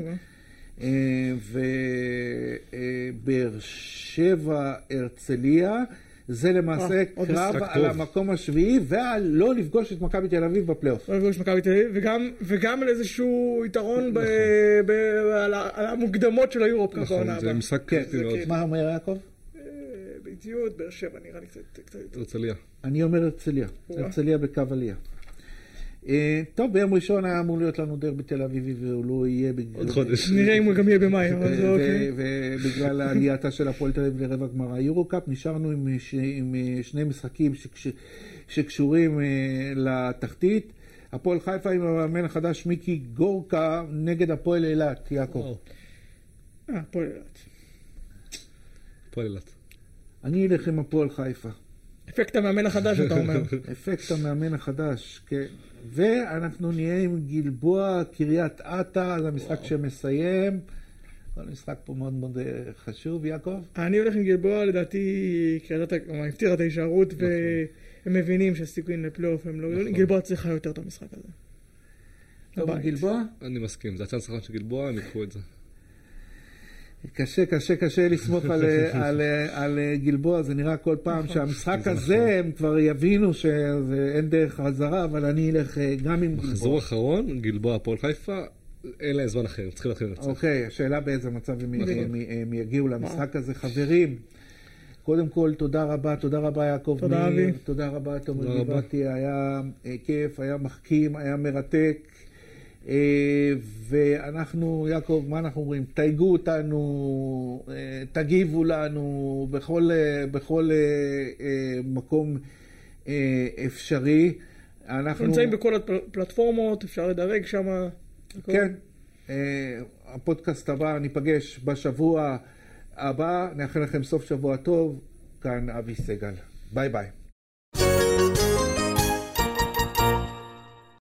ובאר שבע הרצליה. זה למעשה קרב על המקום השביעי, ועל לא לפגוש את מכבי תל אביב בפלייאוף.
לא לפגוש את מכבי תל אביב, וגם על איזשהו יתרון על המוקדמות של היורופ.
נכון, זה משחק קריטי מאוד.
מה אומר יעקב?
באיטיות, באר שבע, נראה לי קצת יותר.
הרצליה.
אני אומר הרצליה. הרצליה בקו עלייה. טוב, ביום ראשון היה אמור להיות לנו דרבי תל אביביבי, והוא לא יהיה...
עוד חודש.
נראה אם הוא גם יהיה במאי, אבל זה אוקיי.
ובגלל העלייתה של הפועל תל אביב לרבע גמר היורו-קאפ, נשארנו עם שני משחקים שקשורים לתחתית. הפועל חיפה עם המאמן החדש מיקי גורקה נגד הפועל אילת, יעקב.
אה, הפועל אילת.
הפועל אילת.
אני אלך עם הפועל חיפה.
אפקט המאמן החדש, אתה אומר.
אפקט המאמן החדש, כן. ואנחנו נהיה עם גלבוע, קריית אתא, זה המשחק שמסיים. כל משחק פה מאוד מאוד חשוב, יעקב.
אני הולך עם גלבוע, לדעתי, קריית אתא, כלומר, הפתירה את הישארות, והם מבינים שהסיכויים לפלייאוף הם לא גדולים. גלבוע צריכה יותר את המשחק הזה.
טוב, גלבוע?
אני מסכים, זה הצ'אנס האחרון של גלבוע, הם יקחו את זה.
קשה, קשה, קשה לסמוך על, על, על גלבוע, זה נראה כל פעם שהמשחק הזה הם כבר יבינו שאין דרך חזרה, אבל אני אלך גם עם גלבוע.
מחזור אחרון, גלבוע, הפועל חיפה, אין להם זמן אחר, צריכים להתחיל לנצח.
אוקיי, השאלה באיזה מצב הם יגיעו למשחק הזה. חברים, קודם כל תודה רבה, תודה רבה יעקב מאיר, תודה רבה תומר גבעתי, היה כיף, היה מחכים, היה מרתק. ואנחנו, יעקב, מה אנחנו אומרים? תייגו אותנו, תגיבו לנו בכל, בכל מקום אפשרי.
אנחנו נמצאים בכל הפלטפורמות, אפשר לדרג שם.
כן. הפודקאסט הבא, ניפגש בשבוע הבא. נאחל לכם סוף שבוע טוב. כאן אבי סגל. ביי ביי.